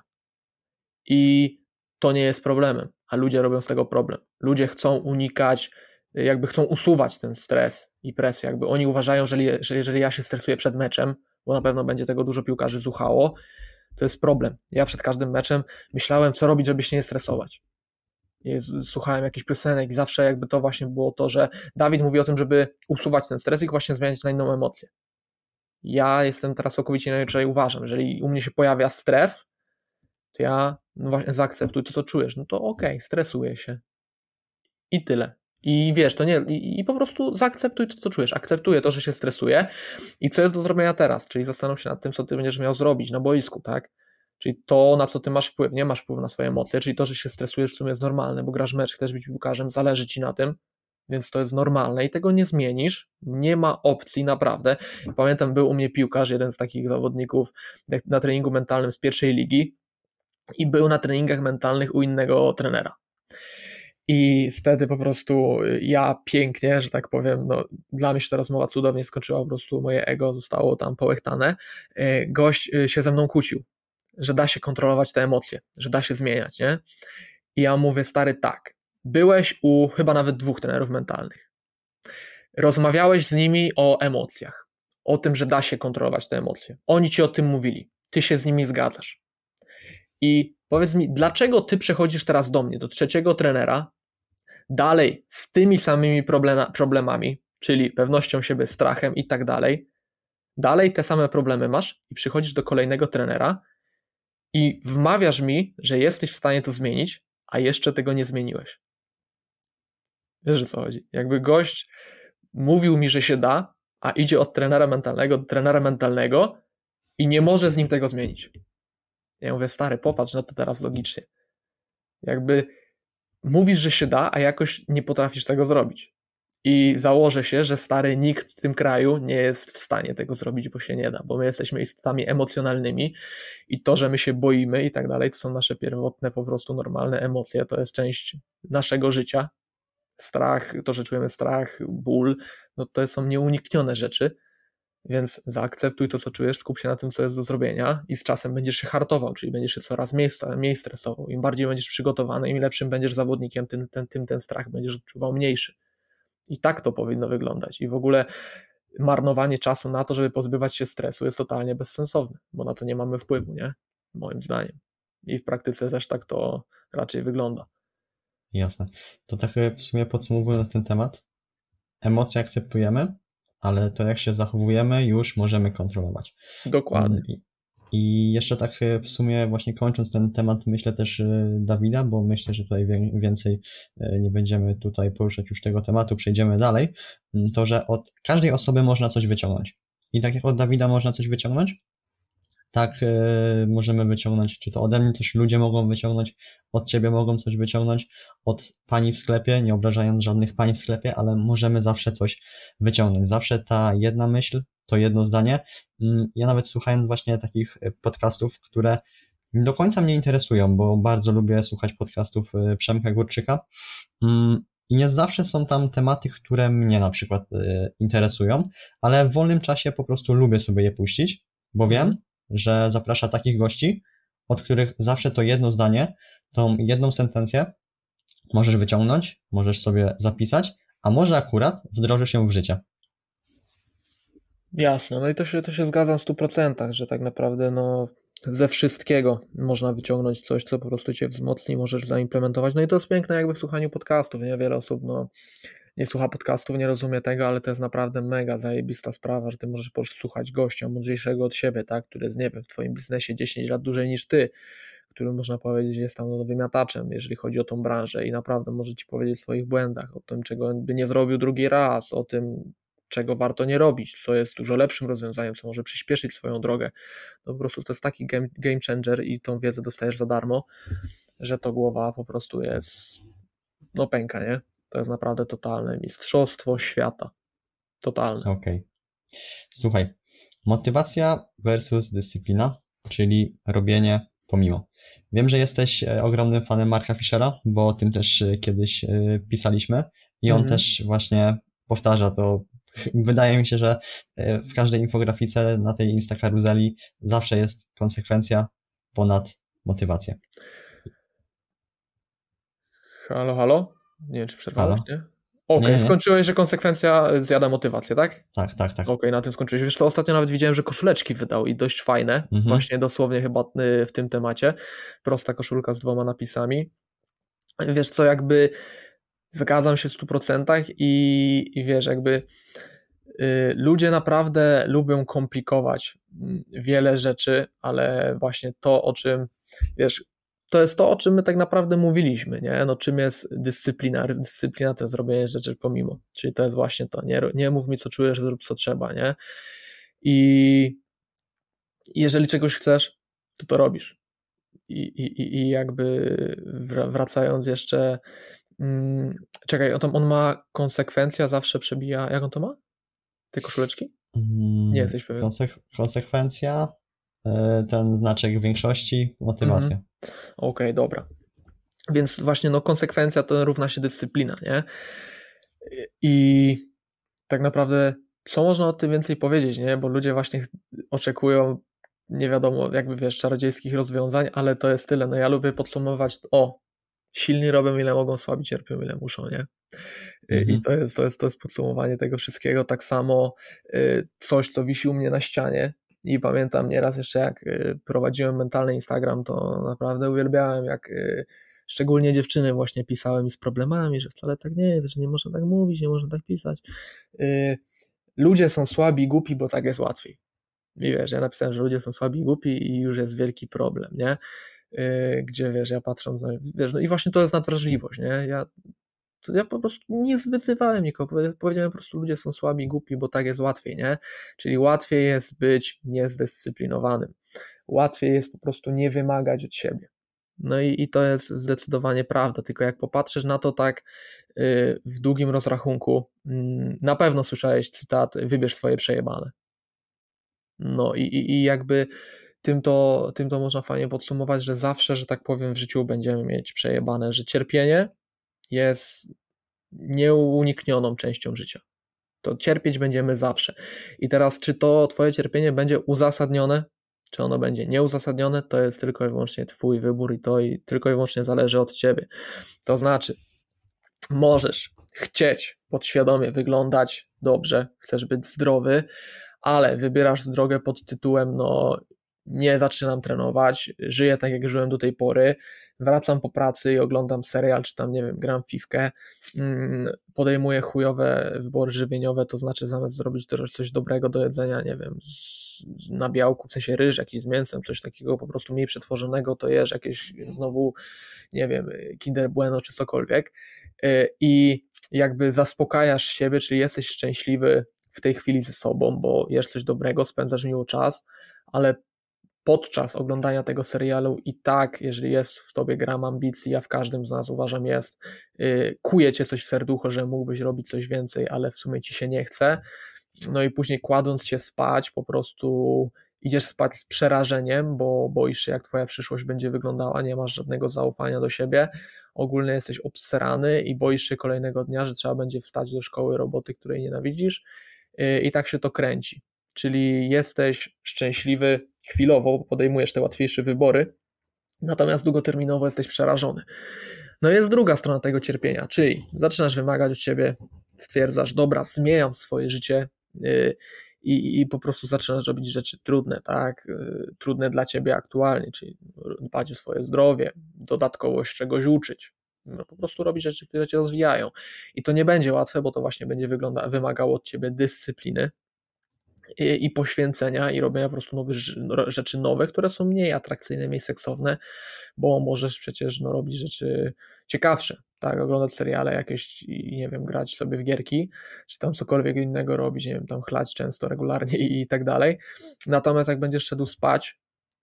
I to nie jest problemem, a ludzie robią z tego problem. Ludzie chcą unikać, jakby chcą usuwać ten stres i presję. Jakby oni uważają, że, li, że jeżeli ja się stresuję przed meczem, bo na pewno będzie tego dużo piłkarzy zuchało, to jest problem. Ja przed każdym meczem myślałem, co robić, żeby się nie stresować. I słuchałem jakichś piosenek i zawsze jakby to właśnie było to, że Dawid mówi o tym, żeby usuwać ten stres i właśnie zmieniać na inną emocję. Ja jestem teraz całkowicie inaczej, uważam, jeżeli u mnie się pojawia stres, to ja no właśnie zaakceptuj to, co czujesz, no to okej, okay, stresuję się i tyle. I wiesz, to nie, i, i po prostu zaakceptuj to, co czujesz, akceptuję to, że się stresuję i co jest do zrobienia teraz, czyli zastanów się nad tym, co ty będziesz miał zrobić na boisku, tak? Czyli to, na co ty masz wpływ, nie masz wpływu na swoje emocje, czyli to, że się stresujesz, w sumie jest normalne, bo grasz mecz, chcesz być piłkarzem, zależy ci na tym, więc to jest normalne i tego nie zmienisz, nie ma opcji, naprawdę. Pamiętam, był u mnie piłkarz, jeden z takich zawodników na treningu mentalnym z pierwszej ligi i był na treningach mentalnych u innego trenera. I wtedy po prostu ja pięknie, że tak powiem, no, dla mnie się ta rozmowa cudownie skończyła, po prostu moje ego zostało tam połechtane. Gość się ze mną kłócił, że da się kontrolować te emocje, że da się zmieniać, nie? I ja mówię, stary, tak, byłeś u chyba nawet dwóch trenerów mentalnych. Rozmawiałeś z nimi o emocjach, o tym, że da się kontrolować te emocje. Oni ci o tym mówili, ty się z nimi zgadzasz. I powiedz mi, dlaczego ty przechodzisz teraz do mnie, do trzeciego trenera, dalej z tymi samymi problema, problemami, czyli pewnością siebie, strachem i tak dalej, dalej te same problemy masz i przychodzisz do kolejnego trenera i wmawiasz mi, że jesteś w stanie to zmienić, a jeszcze tego nie zmieniłeś. Wiesz, o co chodzi? Jakby gość mówił mi, że się da, a idzie od trenera mentalnego do trenera mentalnego i nie może z nim tego zmienić. Ja mówię, stary, popatrz na to teraz logicznie. Jakby mówisz, że się da, a jakoś nie potrafisz tego zrobić. I założę się, że stary, nikt w tym kraju nie jest w stanie tego zrobić, bo się nie da, bo my jesteśmy istotami emocjonalnymi i to, że my się boimy i tak dalej, to są nasze pierwotne, po prostu normalne emocje, to jest część naszego życia. Strach, to, że czujemy strach, ból, no to są nieuniknione rzeczy, więc zaakceptuj to, co czujesz, skup się na tym, co jest do zrobienia i z czasem będziesz się hartował, czyli będziesz się coraz mniej, mniej stresował. Im bardziej będziesz przygotowany, im lepszym będziesz zawodnikiem, tym ten, tym ten strach będziesz odczuwał mniejszy. I tak to powinno wyglądać. I w ogóle marnowanie czasu na to, żeby pozbywać się stresu jest totalnie bezsensowne, bo na to nie mamy wpływu, nie? Moim zdaniem. I w praktyce też tak to raczej wygląda. Jasne. To tak w sumie podsumowując ten temat, emocje akceptujemy, ale to jak się zachowujemy już możemy kontrolować. Dokładnie. I, i jeszcze tak w sumie właśnie kończąc ten temat, myślę też Dawida, bo myślę, że tutaj więcej nie będziemy tutaj poruszać już tego tematu, przejdziemy dalej, to, że od każdej osoby można coś wyciągnąć. I tak jak od Dawida można coś wyciągnąć, tak yy, możemy wyciągnąć, czy to ode mnie coś ludzie mogą wyciągnąć, od ciebie mogą coś wyciągnąć, od pani w sklepie, nie obrażając żadnych pań w sklepie, ale możemy zawsze coś wyciągnąć. Zawsze ta jedna myśl, to jedno zdanie. Yy, ja nawet słuchając właśnie takich podcastów, które nie do końca mnie interesują, bo bardzo lubię słuchać podcastów yy, Przemka Górczyka, yy, i nie zawsze są tam tematy, które mnie na przykład yy, interesują, ale w wolnym czasie po prostu lubię sobie je puścić, bo wiem, że zaprasza takich gości, od których zawsze to jedno zdanie, tą jedną sentencję możesz wyciągnąć, możesz sobie zapisać, a może akurat wdroży się w życie. Jasne, no i to się, to się zgadzam w stu procentach, że tak naprawdę no ze wszystkiego można wyciągnąć coś, co po prostu cię wzmocni, możesz zaimplementować. No i to jest piękne jakby w słuchaniu podcastów, nie? Wiele osób no nie słucha podcastów, nie rozumie tego, ale to jest naprawdę mega zajebista sprawa, że ty możesz posłuchać gościa mądrzejszego od siebie, tak, który jest, nie wiem, w twoim biznesie dziesięć lat dłużej niż ty, który można powiedzieć jest tam no, wymiataczem, jeżeli chodzi o tą branżę i naprawdę może ci powiedzieć o swoich błędach, o tym, czego by nie zrobił drugi raz, o tym, czego warto nie robić, co jest dużo lepszym rozwiązaniem, co może przyspieszyć swoją drogę. To po prostu to jest taki game, game changer i tą wiedzę dostajesz za darmo, że to głowa po prostu jest no pęka, nie? To jest naprawdę totalne mistrzostwo świata. Totalne. Okej. Okay. Słuchaj, motywacja versus dyscyplina, czyli robienie pomimo. Wiem, że jesteś ogromnym fanem Marka Fischera, bo o tym też kiedyś pisaliśmy i on Mhm. też właśnie powtarza to. Wydaje mi się, że w każdej infografice na tej Instakaruzeli zawsze jest konsekwencja ponad motywację. Halo, halo? Nie wiem, czy przerwałeś, Halo? nie? Okej, Nie, nie, nie. skończyłeś, że konsekwencja zjada motywację, tak? Tak, tak, tak. Okej, na tym skończyłeś. Wiesz co, ostatnio nawet widziałem, że koszuleczki wydał i dość fajne, Mhm. właśnie dosłownie chyba y, w tym temacie. Prosta koszulka z dwoma napisami. Wiesz co, jakby zgadzam się w stu procentach i, i wiesz, jakby y, ludzie naprawdę lubią komplikować y, wiele rzeczy, ale właśnie to, o czym, wiesz, to jest to, o czym my tak naprawdę mówiliśmy, nie? No czym jest dyscyplina? Dyscyplina to jest zrobienie rzeczy pomimo, czyli to jest właśnie to, nie, nie mów mi co czujesz, zrób co trzeba, nie? I jeżeli czegoś chcesz, to to robisz. I, i, i jakby wracając jeszcze, hmm, czekaj, on, on ma konsekwencja, zawsze przebija, jak on to ma? Te koszuleczki? Nie jesteś pewien. Konsek- konsekwencja, ten znaczek większości, motywacja. Mhm. Okej, okay, dobra. Więc właśnie no konsekwencja to równa się dyscyplina, nie? I tak naprawdę co można o tym więcej powiedzieć, nie? Bo ludzie właśnie oczekują nie wiadomo, jakby wiesz, czarodziejskich rozwiązań, ale to jest tyle. No ja lubię podsumować, o, silni robią ile mogą, słabi cierpią ile muszą, nie? Mhm. I to jest, to, jest, to jest podsumowanie tego wszystkiego. Tak samo coś, co wisi u mnie na ścianie i pamiętam nieraz jeszcze jak prowadziłem mentalny Instagram, to naprawdę uwielbiałem, jak szczególnie dziewczyny właśnie pisały mi z problemami, że wcale tak nie jest, że nie można tak mówić, nie można tak pisać. Ludzie są słabi i głupi, bo tak jest łatwiej. I wiesz, ja napisałem, że ludzie są słabi i głupi i już jest wielki problem, nie? Yy, gdzie wiesz, ja patrząc na, wiesz, no i właśnie to jest nadwrażliwość, nie? Ja, to ja po prostu nie wyzywałem nikogo, powiedziałem po prostu ludzie są słabi i głupi, bo tak jest łatwiej, nie? Czyli łatwiej jest być niezdyscyplinowanym. Łatwiej jest po prostu nie wymagać od siebie. No i, i to jest zdecydowanie prawda, tylko jak popatrzysz na to tak yy, w długim rozrachunku, yy, na pewno słyszałeś cytat, wybierz swoje przejebane. No i, i, i jakby tym to, tym to można fajnie podsumować, że zawsze, że tak powiem, w życiu będziemy mieć przejebane, że cierpienie jest nieuniknioną częścią życia. To cierpieć będziemy zawsze. I teraz, czy to twoje cierpienie będzie uzasadnione, czy ono będzie nieuzasadnione, to jest tylko i wyłącznie twój wybór i to i tylko i wyłącznie zależy od ciebie. To znaczy, możesz chcieć podświadomie wyglądać dobrze, chcesz być zdrowy, ale wybierasz drogę pod tytułem no nie zaczynam trenować, żyję tak jak żyłem do tej pory, wracam po pracy i oglądam serial, czy tam nie wiem, gram w fifkę, podejmuję chujowe wybory żywieniowe, to znaczy zamiast zrobić coś dobrego do jedzenia, nie wiem, na białku, w sensie ryż jakiś z mięsem, coś takiego po prostu mniej przetworzonego, to jesz jakieś znowu, nie wiem, Kinder Bueno czy cokolwiek i jakby zaspokajasz siebie, czyli jesteś szczęśliwy w tej chwili ze sobą, bo jesz coś dobrego, spędzasz miło czas, ale podczas oglądania tego serialu i tak, jeżeli jest w tobie gram ambicji, a w każdym z nas uważam jest, yy, kuje cię coś w serducho, że mógłbyś robić coś więcej, ale w sumie ci się nie chce, no i później kładąc się spać, po prostu idziesz spać z przerażeniem, bo boisz się jak twoja przyszłość będzie wyglądała, nie masz żadnego zaufania do siebie, ogólnie jesteś obsrany i boisz się kolejnego dnia, że trzeba będzie wstać do szkoły roboty, której nienawidzisz, i tak się to kręci. Czyli jesteś szczęśliwy chwilowo, podejmujesz te łatwiejsze wybory, natomiast długoterminowo jesteś przerażony. No jest druga strona tego cierpienia, czyli zaczynasz wymagać od siebie, stwierdzasz, dobra, zmieniam swoje życie yy, i, i po prostu zaczynasz robić rzeczy trudne, tak, yy, trudne dla ciebie aktualnie, czyli dbać o swoje zdrowie, dodatkowo się czegoś uczyć, no, po prostu robić rzeczy, które cię rozwijają i to nie będzie łatwe, bo to właśnie będzie wygląda, wymagało od ciebie dyscypliny i, i poświęcenia i robienia po prostu nowych rzeczy nowe, które są mniej atrakcyjne, mniej seksowne, bo możesz przecież no, robić rzeczy ciekawsze, tak, oglądać seriale jakieś i nie wiem, grać sobie w gierki, czy tam cokolwiek innego robić, nie wiem, tam chlać często, regularnie i, i tak dalej, natomiast jak będziesz szedł spać,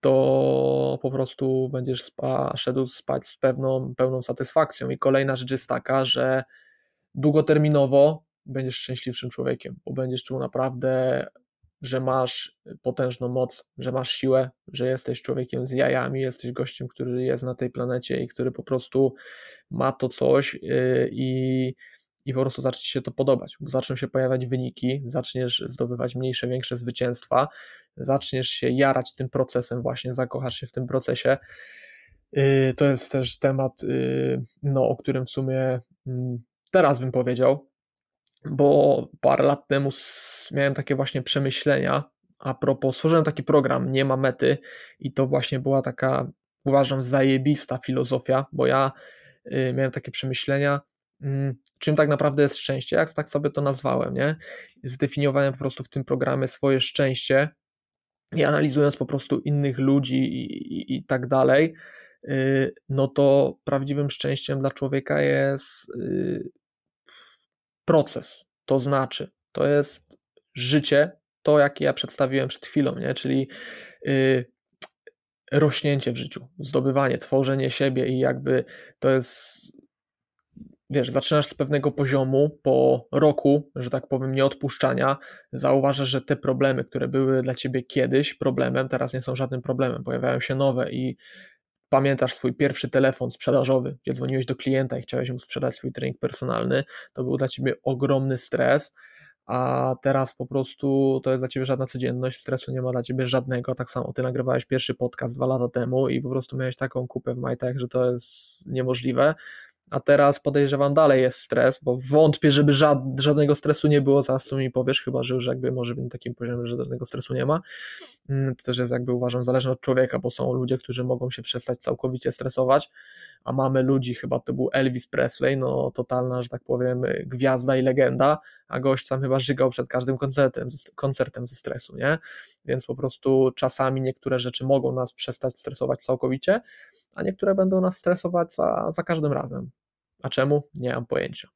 to po prostu będziesz spa, szedł spać z pewną, pełną satysfakcją i kolejna rzecz jest taka, że długoterminowo będziesz szczęśliwszym człowiekiem, bo będziesz czuł naprawdę że masz potężną moc, że masz siłę, że jesteś człowiekiem z jajami, jesteś gościem, który jest na tej planecie i który po prostu ma to coś yy, i i po prostu zacznie ci się to podobać, bo zaczną się pojawiać wyniki, zaczniesz zdobywać mniejsze, większe zwycięstwa, zaczniesz się jarać tym procesem właśnie, zakochasz się w tym procesie. Yy, to jest też temat, yy, no, o którym w sumie yy, teraz bym powiedział, bo parę lat temu miałem takie właśnie przemyślenia a propos, stworzyłem taki program Nie ma mety i to właśnie była taka, uważam, zajebista filozofia, bo ja yy, miałem takie przemyślenia, yy, czym tak naprawdę jest szczęście, jak tak sobie to nazwałem, nie? Zdefiniowałem po prostu w tym programie swoje szczęście i analizując po prostu innych ludzi i, i, i tak dalej, yy, no to prawdziwym szczęściem dla człowieka jest yy, proces, to znaczy, to jest życie, to jakie ja przedstawiłem przed chwilą, nie? Czyli yy, rośnięcie w życiu, zdobywanie, tworzenie siebie i jakby to jest, wiesz, zaczynasz z pewnego poziomu, po roku, że tak powiem, nieodpuszczania, zauważasz, że te problemy, które były dla ciebie kiedyś problemem, teraz nie są żadnym problemem, pojawiają się nowe i pamiętasz swój pierwszy telefon sprzedażowy, gdzie dzwoniłeś do klienta i chciałeś mu sprzedać swój trening personalny, to był dla ciebie ogromny stres, a teraz po prostu to jest dla ciebie żadna codzienność, stresu nie ma dla ciebie żadnego, tak samo ty nagrywałeś pierwszy podcast dwa lata temu i po prostu miałeś taką kupę w majtach, że to jest niemożliwe, a teraz podejrzewam dalej jest stres, bo wątpię, żeby żad, żadnego stresu nie było, zaraz tu mi powiesz, chyba że już jakby może być na takim poziomie, że żadnego stresu nie ma. To też jest jakby, uważam, zależne od człowieka, bo są ludzie, którzy mogą się przestać całkowicie stresować, a mamy ludzi, chyba to był Elvis Presley, no totalna, że tak powiem, gwiazda i legenda, a gość tam chyba żygał przed każdym koncertem, koncertem ze stresu, nie? Więc po prostu czasami niektóre rzeczy mogą nas przestać stresować całkowicie, a niektóre będą nas stresować za, za każdym razem. A czemu? Nie mam pojęcia.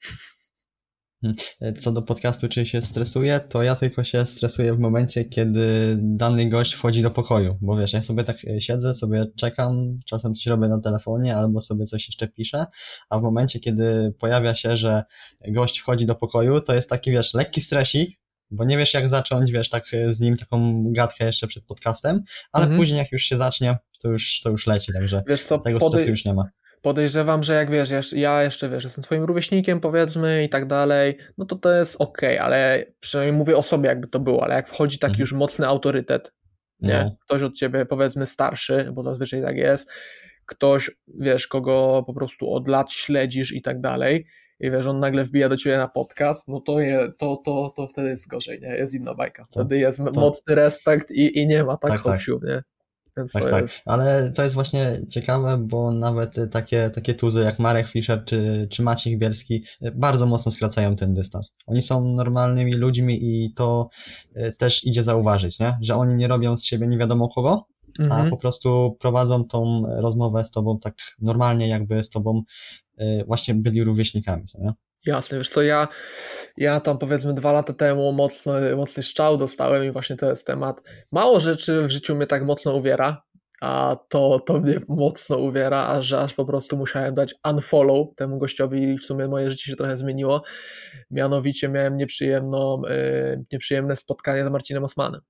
Co do podcastu, czy się stresuje, to ja tylko się stresuję w momencie, kiedy dany gość wchodzi do pokoju, bo wiesz, ja sobie tak siedzę, sobie czekam, czasem coś robię na telefonie albo sobie coś jeszcze piszę, a w momencie, kiedy pojawia się, że gość wchodzi do pokoju, to jest taki, wiesz, lekki stresik, bo nie wiesz jak zacząć, wiesz, tak z nim taką gadkę jeszcze przed podcastem, ale mhm. później jak już się zacznie, to już, to już leci, także wiesz co, tego podej- stresu już nie ma. Podejrzewam, że jak wiesz, ja jeszcze wiesz, jestem twoim rówieśnikiem powiedzmy i tak dalej, no to to jest okej, okay, ale przynajmniej mówię o sobie jakby to było, ale jak wchodzi taki mhm. już mocny autorytet, nie? No. Ktoś od ciebie powiedzmy starszy, bo zazwyczaj tak jest, ktoś, wiesz, kogo po prostu od lat śledzisz i tak dalej i wiesz, on nagle wbija do ciebie na podcast, no to, je, to, to, to wtedy jest gorzej, nie? Jest inna bajka. Wtedy jest to, mocny respekt i, i nie ma tak, tak hopsiu, tak. nie? Więc tak, to tak, jest... ale to jest właśnie ciekawe, bo nawet takie, takie tuzy jak Marek Fischer czy, czy Maciej Bielski bardzo mocno skracają ten dystans. Oni są normalnymi ludźmi i to też idzie zauważyć, nie? Że oni nie robią z siebie nie wiadomo kogo, mhm. a po prostu prowadzą tą rozmowę z tobą tak normalnie, jakby z tobą właśnie byli rówieśnikami, co nie? Jasne, wiesz co, ja, ja tam powiedzmy dwa lata temu mocno, mocny strzał dostałem i właśnie to jest temat. Mało rzeczy w życiu mnie tak mocno uwiera, a to, to mnie mocno uwiera, a że aż po prostu musiałem dać unfollow temu gościowi i w sumie moje życie się trochę zmieniło. Mianowicie miałem nieprzyjemną, yy, nieprzyjemne spotkanie z Marcinem Osmanem.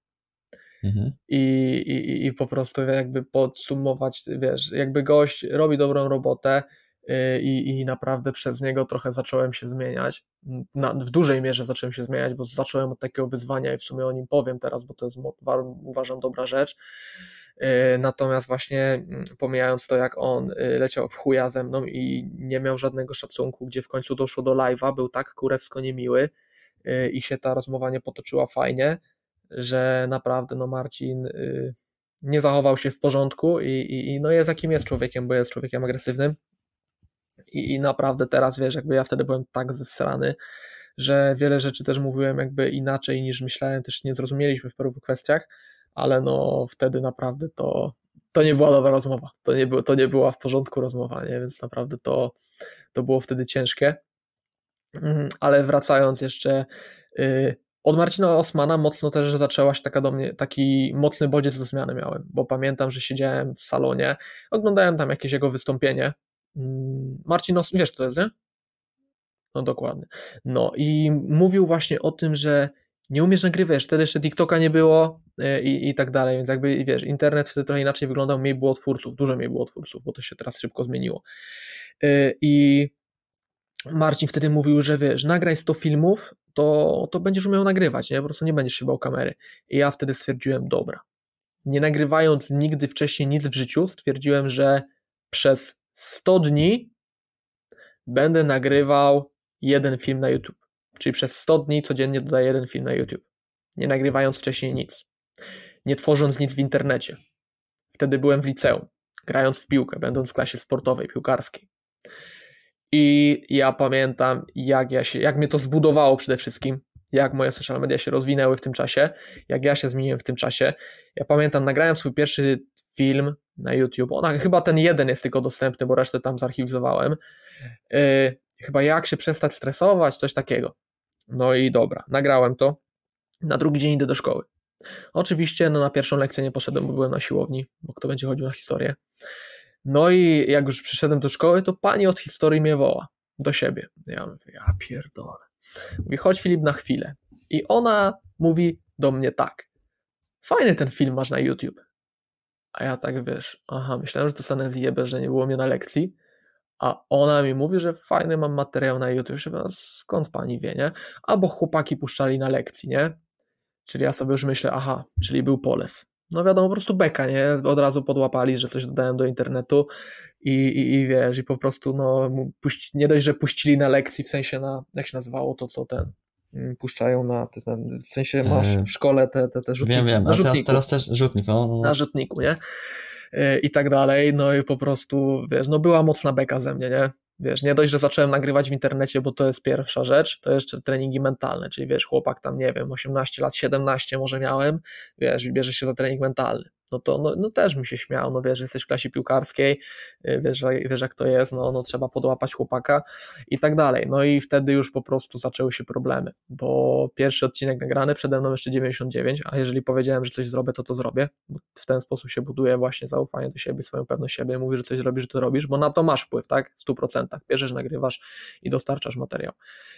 Mhm. I, i, I po prostu jakby podsumować, wiesz, jakby gość robi dobrą robotę, I, i naprawdę przez niego trochę zacząłem się zmieniać, Na, w dużej mierze zacząłem się zmieniać, bo zacząłem od takiego wyzwania i w sumie o nim powiem teraz, bo to jest uważam dobra rzecz, natomiast właśnie pomijając to jak on leciał w chuja ze mną i nie miał żadnego szacunku, gdzie w końcu doszło do live'a, był tak kurewsko niemiły i się ta rozmowa nie potoczyła fajnie, że naprawdę no Marcin nie zachował się w porządku i, i, i no jest jakim jest człowiekiem, bo jest człowiekiem agresywnym. I, I naprawdę teraz, wiesz, jakby ja wtedy byłem tak zesrany, że wiele rzeczy też mówiłem jakby inaczej niż myślałem, też nie zrozumieliśmy w paru kwestiach, ale no wtedy naprawdę to, to nie była dobra rozmowa, to nie, było, to nie była w porządku rozmowa, nie? Więc naprawdę to, to było wtedy ciężkie, ale wracając jeszcze, yy, od Marcina Osmana mocno też zaczęła się taka do mnie, taki mocny bodziec do zmiany miałem, bo pamiętam, że siedziałem w salonie, oglądałem tam jakieś jego wystąpienie. Marcin, wiesz co to jest, nie? No dokładnie. No i mówił właśnie o tym, że nie umiesz nagrywać, wtedy jeszcze TikToka nie było i, i tak dalej, więc jakby wiesz, internet wtedy trochę inaczej wyglądał, mniej było twórców, dużo mniej było twórców, bo to się teraz szybko zmieniło. I Marcin wtedy mówił, że wiesz, nagraj sto filmów, to, to będziesz umiał nagrywać, nie? Po prostu nie będziesz się bał kamery. I ja wtedy stwierdziłem, dobra, nie nagrywając nigdy wcześniej nic w życiu, stwierdziłem, że przez sto dni będę nagrywał jeden film na YouTube. Czyli przez sto dni codziennie dodaję jeden film na YouTube. Nie nagrywając wcześniej nic. Nie tworząc nic w internecie. Wtedy byłem w liceum, grając w piłkę, będąc w klasie sportowej, piłkarskiej. I ja pamiętam, jak ja się, jak mnie to zbudowało przede wszystkim, jak moje social media się rozwinęły w tym czasie, jak ja się zmieniłem w tym czasie. Ja pamiętam, nagrałem swój pierwszy film na YouTube, ona, chyba ten jeden jest tylko dostępny, bo resztę tam zarchiwizowałem. Yy, chyba jak się przestać stresować, coś takiego. No i dobra, nagrałem to, na drugi dzień idę do szkoły. Oczywiście no, na pierwszą lekcję nie poszedłem, bo byłem na siłowni, bo kto będzie chodził na historię. No i jak już przyszedłem do szkoły, to pani od historii mnie woła do siebie. Ja mówię, ja pierdolę. Mówi, chodź Filip na chwilę. I ona mówi do mnie tak, fajny ten film masz na YouTube. A ja tak, wiesz, aha, myślałem, że dostanę zjebę, że nie było mnie na lekcji, a ona mi mówi, że fajny mam materiał na YouTube. Skąd pani wie, nie? Albo chłopaki puszczali na lekcji, nie? Czyli ja sobie już myślę, aha, czyli był polew. No wiadomo, po prostu beka, nie? Od razu podłapali, że coś dodałem do internetu i, i, i wiesz, i po prostu no, puści, nie dość, że puścili na lekcji, w sensie na, jak się nazywało to, co ten, puszczają na ten, w sensie masz w szkole te, te, te rzutniki. Wiem, wiem, na a rzutniku. teraz też rzutnik, no, no. Na rzutniku, nie? I tak dalej, no i po prostu, wiesz, no była mocna beka ze mnie, nie? Wiesz, nie dość, że zacząłem nagrywać w internecie, bo to jest pierwsza rzecz, to jeszcze treningi mentalne, czyli wiesz, chłopak tam, nie wiem, osiemnaście lat, siedemnaście może miałem, wiesz, i bierzesz się za trening mentalny. No to no, no też mi się śmiał, no wiesz, jesteś w klasie piłkarskiej, wiesz, wiesz jak to jest, no, no trzeba podłapać chłopaka i tak dalej. No i wtedy już po prostu zaczęły się problemy, bo pierwszy odcinek nagrany, przede mną jeszcze dziewięćdziesiąt dziewięć, a jeżeli powiedziałem, że coś zrobię, to to zrobię, bo w ten sposób się buduje właśnie zaufanie do siebie, swoją pewność siebie, mówisz, że coś zrobisz, że to robisz, bo na to masz wpływ, tak, w stu procentach, bierzesz, nagrywasz i dostarczasz materiał.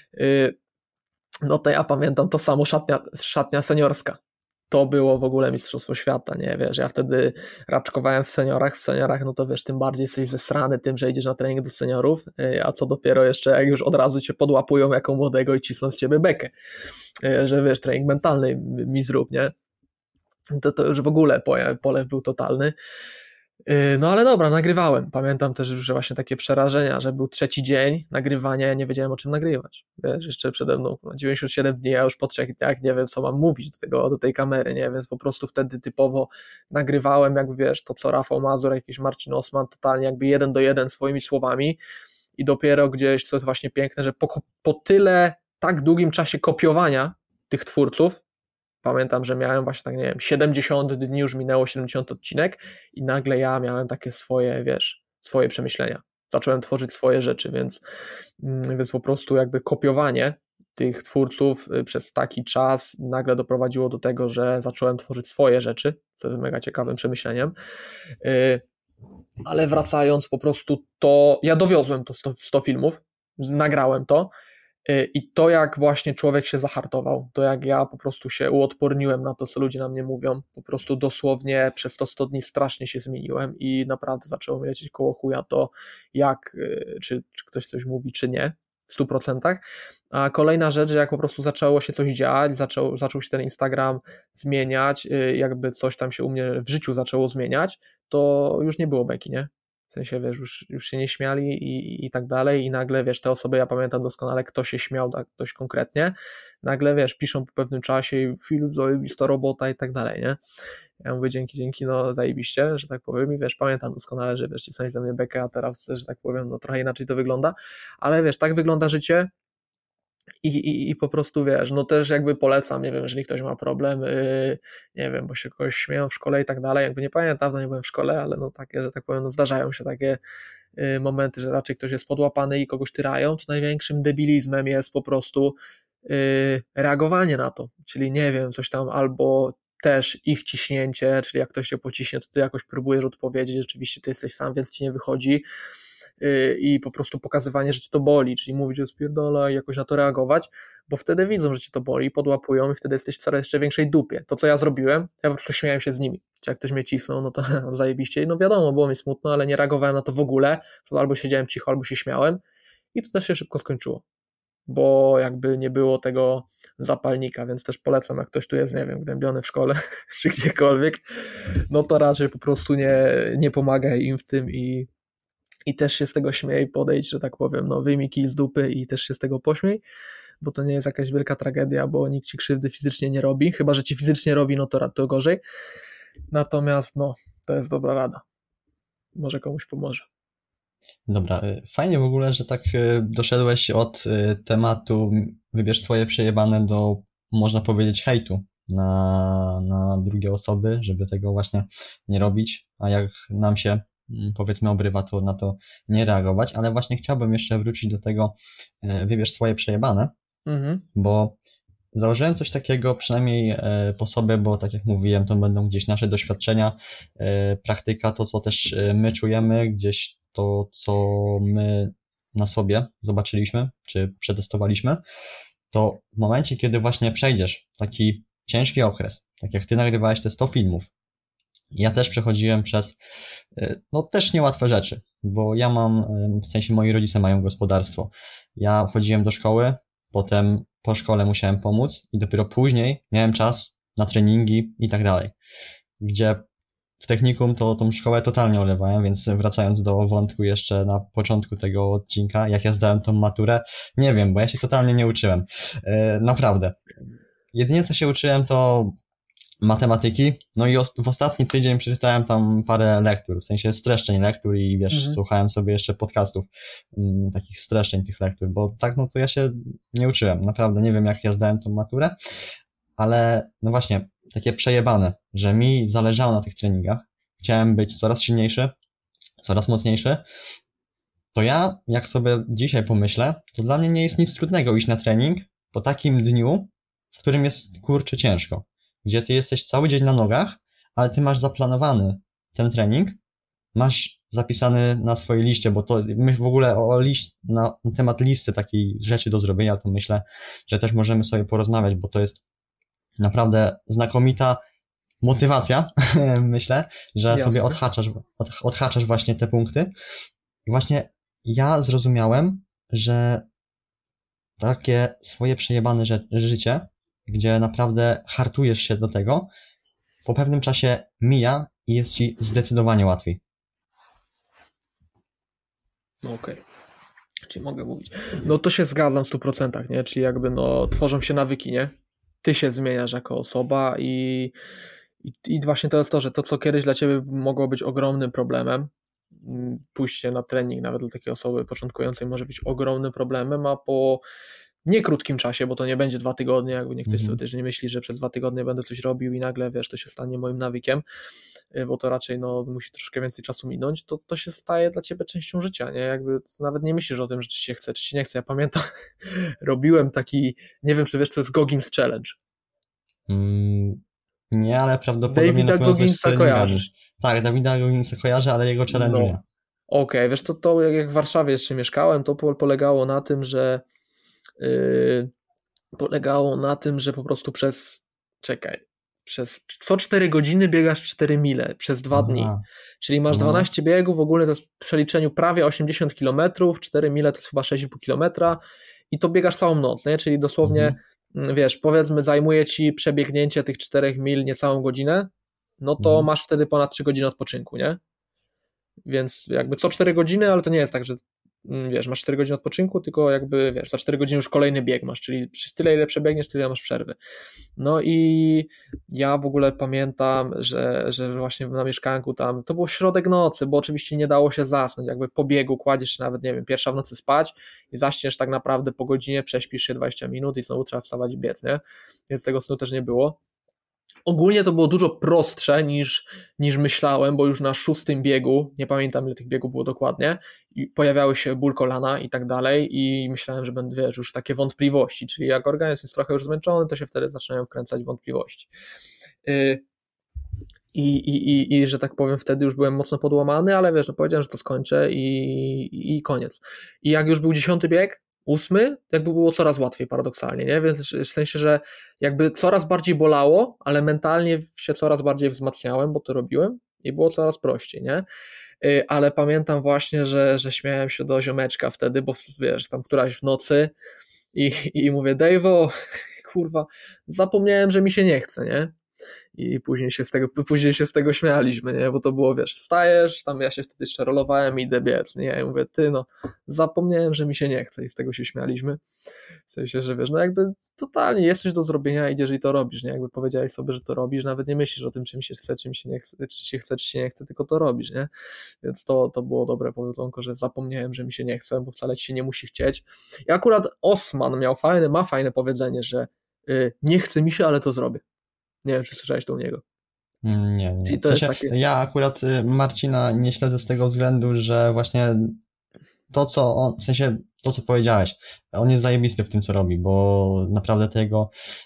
No to ja pamiętam to samo, szatnia, szatnia seniorska. To było w ogóle mistrzostwo świata, nie, wiesz, ja wtedy raczkowałem w seniorach, w seniorach, no to wiesz, tym bardziej jesteś zesrany tym, że idziesz na trening do seniorów, a co dopiero jeszcze, jak już od razu cię podłapują jako młodego i cisną z ciebie bekę, że wiesz, trening mentalny mi zrób, nie, to, to już w ogóle polew był totalny. No ale dobra, nagrywałem. Pamiętam też, że właśnie takie przerażenia, że był trzeci dzień nagrywania, ja nie wiedziałem o czym nagrywać. Wiesz, jeszcze przede mną dziewięćdziesiąt siedem dni, ja już po trzech dniach nie wiem, co mam mówić do, tego, do tej kamery, nie? Więc po prostu wtedy typowo nagrywałem, jakby wiesz, to co Rafał Mazur, jakiś Marcin Osman, totalnie jakby jeden do jeden swoimi słowami i dopiero gdzieś, co jest właśnie piękne, że po, po tyle, tak długim czasie kopiowania tych twórców, pamiętam, że miałem właśnie tak, nie wiem, siedemdziesiąt dni już minęło, siedemdziesiąty odcinek i nagle ja miałem takie swoje, wiesz, swoje przemyślenia. Zacząłem tworzyć swoje rzeczy, więc, więc po prostu jakby kopiowanie tych twórców przez taki czas nagle doprowadziło do tego, że zacząłem tworzyć swoje rzeczy, co jest mega ciekawym przemyśleniem. Ale wracając po prostu to, ja dowiozłem to sto filmów, nagrałem to, i to jak właśnie człowiek się zahartował, to jak ja po prostu się uodporniłem na to, co ludzie na mnie mówią, po prostu dosłownie przez to sto dni strasznie się zmieniłem i naprawdę zaczęło mi lecieć koło chuja to, jak, czy, czy ktoś coś mówi, czy nie, w stu procentach. A kolejna rzecz, że jak po prostu zaczęło się coś dziać, zaczął, zaczął się ten Instagram zmieniać, jakby coś tam się u mnie w życiu zaczęło zmieniać, to już nie było beki, nie? W sensie, wiesz, już, już się nie śmiali i, i tak dalej i nagle, wiesz, te osoby, ja pamiętam doskonale, kto się śmiał tak dość konkretnie, nagle, wiesz, piszą po pewnym czasie i Filip, zajebista robota i tak dalej, nie? Ja mówię, dzięki, dzięki, no zajebiście, że tak powiem i wiesz, pamiętam doskonale, że wiesz, cisnąć ze mnie bekę, a teraz, że tak powiem, no trochę inaczej to wygląda, ale wiesz, tak wygląda życie. I, i, I po prostu wiesz, no też jakby polecam, nie wiem, jeżeli ktoś ma problem, yy, nie wiem, bo się kogoś śmieją w szkole i tak dalej, jakby nie pamiętam, dawno nie byłem w szkole, ale no takie, że tak powiem, no zdarzają się takie yy, momenty, że raczej ktoś jest podłapany i kogoś tyrają, to największym debilizmem jest po prostu yy, reagowanie na to, czyli nie wiem, coś tam albo też ich ciśnięcie, czyli jak ktoś cię pociśnie, to ty jakoś próbujesz odpowiedzieć, oczywiście ty jesteś sam, więc ci nie wychodzi. yy, i po prostu pokazywanie, że cię to boli, czyli mówić, że spierdala i jakoś na to reagować, bo wtedy widzą, że cię to boli, podłapują i wtedy jesteś w coraz jeszcze większej dupie. To, co ja zrobiłem, ja po prostu śmiałem się z nimi. Czy jak ktoś mnie cisnął, no to zajebiście. No wiadomo, było mi smutno, ale nie reagowałem na to w ogóle. Albo siedziałem cicho, albo się śmiałem i to też się szybko skończyło, bo jakby nie było tego zapalnika, więc też polecam, jak ktoś tu jest, nie wiem, gnębiony w szkole czy gdziekolwiek, no to raczej po prostu nie, nie pomagaj im w tym i, i też się z tego śmiej, podejdź, że tak powiem, no wyjmij kij z dupy i też się z tego pośmiej, bo to nie jest jakaś wielka tragedia, bo nikt ci krzywdy fizycznie nie robi, chyba że ci fizycznie robi, no to, to gorzej, natomiast no, to jest dobra rada, może komuś pomoże. Dobra, fajnie w ogóle, że tak doszedłeś od tematu wybierz swoje przejebane do, można powiedzieć, hejtu na, na drugie osoby, żeby tego właśnie nie robić, a jak nam się, powiedzmy, obrywa, to na to nie reagować, ale właśnie chciałbym jeszcze wrócić do tego wybierz swoje przejebane, mhm. bo założyłem coś takiego przynajmniej po sobie, bo tak jak mówiłem, to będą gdzieś nasze doświadczenia, praktyka, to co też my czujemy, gdzieś to, co my na sobie zobaczyliśmy, czy przetestowaliśmy, to w momencie, kiedy właśnie przejdziesz taki ciężki okres, tak jak ty nagrywałeś te sto filmów, ja też przechodziłem przez, no też niełatwe rzeczy, bo ja mam, w sensie moi rodzice mają gospodarstwo, ja chodziłem do szkoły, potem po szkole musiałem pomóc i dopiero później miałem czas na treningi i tak dalej, gdzie w technikum to tą szkołę totalnie olewałem, więc wracając do wątku jeszcze na początku tego odcinka, jak ja zdałem tą maturę, nie wiem, bo ja się totalnie nie uczyłem. Yy, naprawdę. Jedynie co się uczyłem to matematyki, no i w ostatni tydzień przeczytałem tam parę lektur, w sensie streszczeń lektur i wiesz, mhm. słuchałem sobie jeszcze podcastów, m, takich streszczeń tych lektur, bo tak no to ja się nie uczyłem, naprawdę nie wiem jak ja zdałem tą maturę, ale no właśnie, takie przejebane, że mi zależało na tych treningach, chciałem być coraz silniejszy, coraz mocniejszy, to ja, jak sobie dzisiaj pomyślę, to dla mnie nie jest nic trudnego iść na trening po takim dniu, w którym jest kurczę ciężko, gdzie ty jesteś cały dzień na nogach, ale ty masz zaplanowany ten trening, masz zapisany na swojej liście, bo to my w ogóle o liść, na temat listy takiej rzeczy do zrobienia, to myślę, że też możemy sobie porozmawiać, bo to jest naprawdę znakomita motywacja, myślę, że Jasne. sobie odhaczasz, od, odhaczasz właśnie te punkty. I właśnie ja zrozumiałem, że takie swoje przejebane ży- życie, gdzie naprawdę hartujesz się do tego, po pewnym czasie mija i jest ci zdecydowanie łatwiej. No okej. Okay. Czyli mogę mówić. No to się zgadzam w stu procentach, nie? Czyli jakby no tworzą się nawyki, nie? Ty się zmieniasz jako osoba i, i, i właśnie to jest to, że to, co kiedyś dla ciebie mogło być ogromnym problemem, pójście na trening nawet dla takiej osoby początkującej może być ogromnym problemem, a po nie krótkim czasie, bo to nie będzie dwa tygodnie, jakby niech ktoś mm-hmm. sobie też nie myśli, że przez dwa tygodnie będę coś robił i nagle, wiesz, to się stanie moim nawykiem, bo to raczej no, musi troszkę więcej czasu minąć, to to się staje dla ciebie częścią życia, nie? Jakby nawet nie myślisz o tym, że ci się chce, czy ci nie chce. Ja pamiętam, robiłem taki, nie wiem, czy wiesz, to jest Goggins Challenge. Mm, nie, ale prawdopodobnie Davida Gogginsa kojarzysz. Tak, Davida Gogginsa kojarzę, ale jego challenge no. nie. Okej, okay, wiesz, to, to jak w Warszawie jeszcze mieszkałem, to polegało na tym, że Yy, polegało na tym, że po prostu przez, czekaj, przez co cztery godziny biegasz cztery mile przez dwa Aha. dni, czyli masz dwanaście no. biegów, w ogóle to jest w przeliczeniu prawie osiemdziesiąt kilometrów, cztery mile to jest chyba sześć i pół kilometra i to biegasz całą noc, nie? Czyli dosłownie, mhm. wiesz, powiedzmy zajmuje ci przebiegnięcie tych czterech mil niecałą godzinę, no to mhm. masz wtedy ponad trzy godziny odpoczynku, nie? Więc jakby co cztery godziny, ale to nie jest tak, że wiesz, masz cztery godziny odpoczynku, tylko jakby, wiesz, za cztery godziny już kolejny bieg masz, czyli przez tyle, ile przebiegniesz, tyle masz przerwy. No i ja w ogóle pamiętam, że, że właśnie na mieszkanku tam, to był środek nocy, bo oczywiście nie dało się zasnąć, jakby po biegu kładziesz się nawet, nie wiem, pierwsza w nocy spać i zaśniesz tak naprawdę po godzinie, prześpisz się dwadzieścia minut i znowu trzeba wstawać i biec, nie? Więc tego snu też nie było. Ogólnie to było dużo prostsze niż, niż myślałem, bo już na szóstym biegu, nie pamiętam ile tych biegów było dokładnie, i pojawiały się ból kolana i tak dalej i myślałem, że będę, wiesz, już takie wątpliwości, czyli jak organizm jest trochę już zmęczony, to się wtedy zaczynają wkręcać wątpliwości. I, i, i, i że tak powiem, wtedy już byłem mocno podłamany, ale wiesz, no powiedziałem, że to skończę i, i koniec. I jak już był dziesiąty bieg, ósmy, jakby było coraz łatwiej paradoksalnie, nie? Więc w sensie, że jakby coraz bardziej bolało, ale mentalnie się coraz bardziej wzmacniałem, bo to robiłem i było coraz prościej, nie? Ale pamiętam właśnie, że, że śmiałem się do ziomeczka wtedy, bo wiesz, tam któraś w nocy i, i mówię, Dave'o, kurwa, zapomniałem, że mi się nie chce, nie? I później się z tego, później się z tego śmialiśmy, nie? Bo to było, wiesz, wstajesz, tam ja się wtedy jeszcze rolowałem i idę biec, nie? Ja mówię, ty no, zapomniałem, że mi się nie chce i z tego się śmialiśmy. W sensie, że wiesz, no jakby totalnie jest coś do zrobienia, idziesz i to robisz, nie? Jakby powiedziałeś sobie, że to robisz, nawet nie myślisz o tym, czy mi się chce, czy mi się nie chce, czy się chce, czy się nie chce, tylko to robisz, nie? Więc to, to było dobre powiedzonko, że zapomniałem, że mi się nie chce, bo wcale ci się nie musi chcieć. I akurat Osman miał fajne, ma fajne powiedzenie, że y, nie chce mi się, ale to zrobię. Nie wiem, czy słyszałeś to u niego. Nie, nie. W sensie, takie... Ja akurat Marcina nie śledzę z tego względu, że właśnie to, co on, w sensie to, co powiedziałeś, on jest zajebisty w tym, co robi, bo naprawdę tego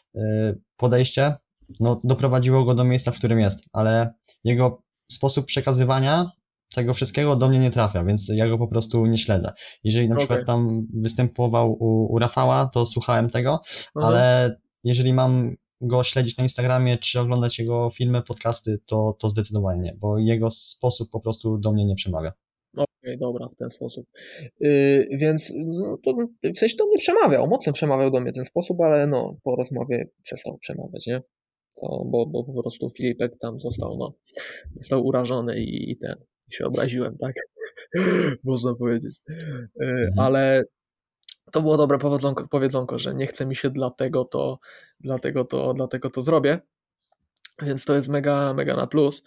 podejście no, doprowadziło go do miejsca, w którym jest, ale jego sposób przekazywania tego wszystkiego do mnie nie trafia, więc ja go po prostu nie śledzę. Jeżeli na okay. przykład tam występował u, u Rafała, to słuchałem tego, Aha. ale jeżeli mam go śledzić na Instagramie, czy oglądać jego filmy, podcasty, to, to zdecydowanie nie, bo jego sposób po prostu do mnie nie przemawia. Okej, okay, dobra, w ten sposób. Yy, więc no, to, w sensie to mnie przemawiał, mocno przemawiał do mnie w ten sposób, ale no, po rozmowie przestał przemawiać, nie? To, bo, bo po prostu Filipek tam został, no, został urażony i, i ten, i się obraziłem, tak? Można powiedzieć. Yy, mhm. Ale to było dobre powiedzonko, powiedzonko, że nie chce mi się, dlatego to, dlatego to, dlatego to zrobię. Więc to jest mega, mega na plus.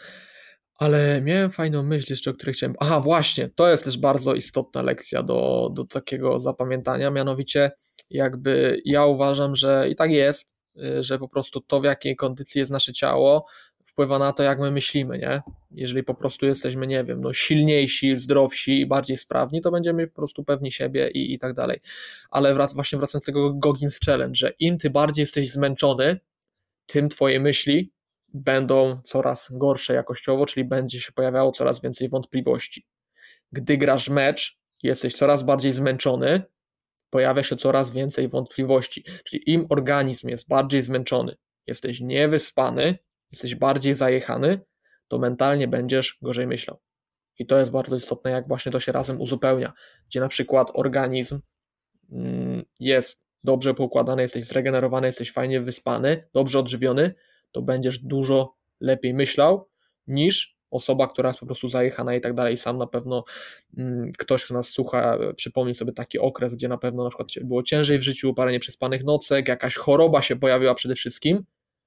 Ale miałem fajną myśl jeszcze, o której chciałem... Aha, właśnie, to jest też bardzo istotna lekcja do, do takiego zapamiętania, mianowicie jakby ja uważam, że i tak jest, że po prostu to, w jakiej kondycji jest nasze ciało, wpływa na to, jak my myślimy, nie? Jeżeli po prostu jesteśmy, nie wiem, no silniejsi, zdrowsi i bardziej sprawni, to będziemy po prostu pewni siebie i, i tak dalej. Ale wrac, właśnie wracając do tego Goggins Challenge, że im ty bardziej jesteś zmęczony, tym twoje myśli będą coraz gorsze jakościowo, czyli będzie się pojawiało coraz więcej wątpliwości. Gdy grasz mecz, jesteś coraz bardziej zmęczony, pojawia się coraz więcej wątpliwości. Czyli im organizm jest bardziej zmęczony, jesteś niewyspany, jesteś bardziej zajechany, to mentalnie będziesz gorzej myślał. I to jest bardzo istotne, jak właśnie to się razem uzupełnia, gdzie na przykład organizm jest dobrze poukładany, jesteś zregenerowany, jesteś fajnie wyspany, dobrze odżywiony, to będziesz dużo lepiej myślał niż osoba, która jest po prostu zajechana i tak dalej. Sam na pewno mm, ktoś, kto nas słucha, przypomni sobie taki okres, gdzie na pewno na przykład było ciężej w życiu, parę nieprzespanych nocek, jakaś choroba się pojawiła przede wszystkim,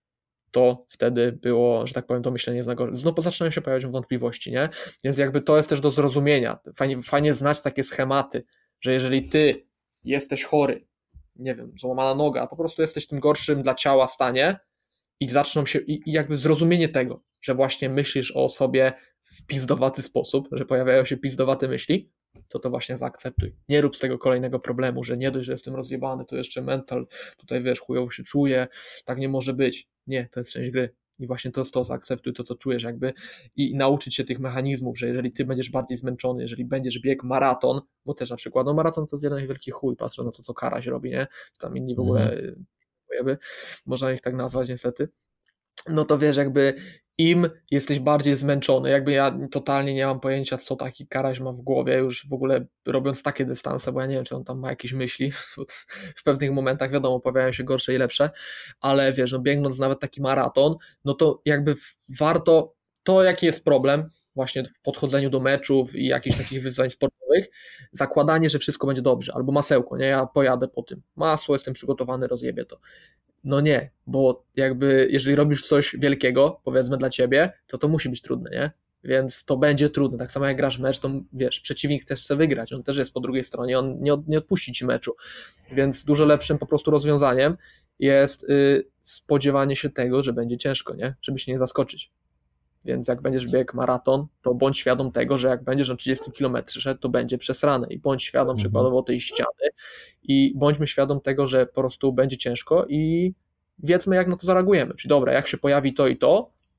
to wtedy było, że tak powiem, to myślenie znowu zaczynają się pojawiać wątpliwości, nie? Więc jakby to jest też do zrozumienia. Fajnie, fajnie znać takie schematy, że jeżeli ty jesteś chory, nie wiem, złamana noga, a po prostu jesteś w tym gorszym dla ciała stanie i zaczną się, i, i jakby zrozumienie tego, że właśnie myślisz o sobie w pizdowaty sposób, że pojawiają się pizdowate myśli, to to właśnie zaakceptuj. Nie rób z tego kolejnego problemu, że nie dość, że jestem rozjebany, to jeszcze mental, tutaj wiesz, chujowo się czuję, tak nie może być. Nie, to jest część gry. I właśnie to jest to, zaakceptuj to, co czujesz jakby i nauczyć się tych mechanizmów, że jeżeli ty będziesz bardziej zmęczony, jeżeli będziesz biegł maraton, bo też na przykład, no maraton to jest jeden wielki chuj, patrzę na to, co Karaś robi, nie? Tam inni w ogóle, mm. jakby, można ich tak nazwać niestety, no to wiesz, jakby im jesteś bardziej zmęczony, jakby ja totalnie nie mam pojęcia, co taki Karaś ma w głowie, już w ogóle robiąc takie dystanse, bo ja nie wiem, czy on tam ma jakieś myśli, w pewnych momentach wiadomo, pojawiają się gorsze i lepsze, ale wiesz, no biegnąc nawet taki maraton, no to jakby warto, to jaki jest problem właśnie w podchodzeniu do meczów i jakichś takich wyzwań sportowych, zakładanie, że wszystko będzie dobrze, albo masełko, nie, ja pojadę po tym, masło, jestem przygotowany, rozjebię to. No nie, bo jakby jeżeli robisz coś wielkiego, powiedzmy dla ciebie, to to musi być trudne, nie? Więc to będzie trudne. Tak samo jak grasz mecz, to wiesz, przeciwnik też chce wygrać, on też jest po drugiej stronie, on nie, od, nie odpuści ci meczu. Więc dużo lepszym po prostu rozwiązaniem jest y, spodziewanie się tego, że będzie ciężko, nie? Żeby się nie zaskoczyć. Więc jak będziesz biegł maraton, to bądź świadom tego, że jak będziesz na trzydziestym kilometrze, to będzie przesrane i bądź świadom mhm. przykładowo tej ściany i bądźmy świadom tego, że po prostu będzie ciężko i wiedzmy, jak na to zareagujemy. Czyli dobra, jak się pojawi to i to,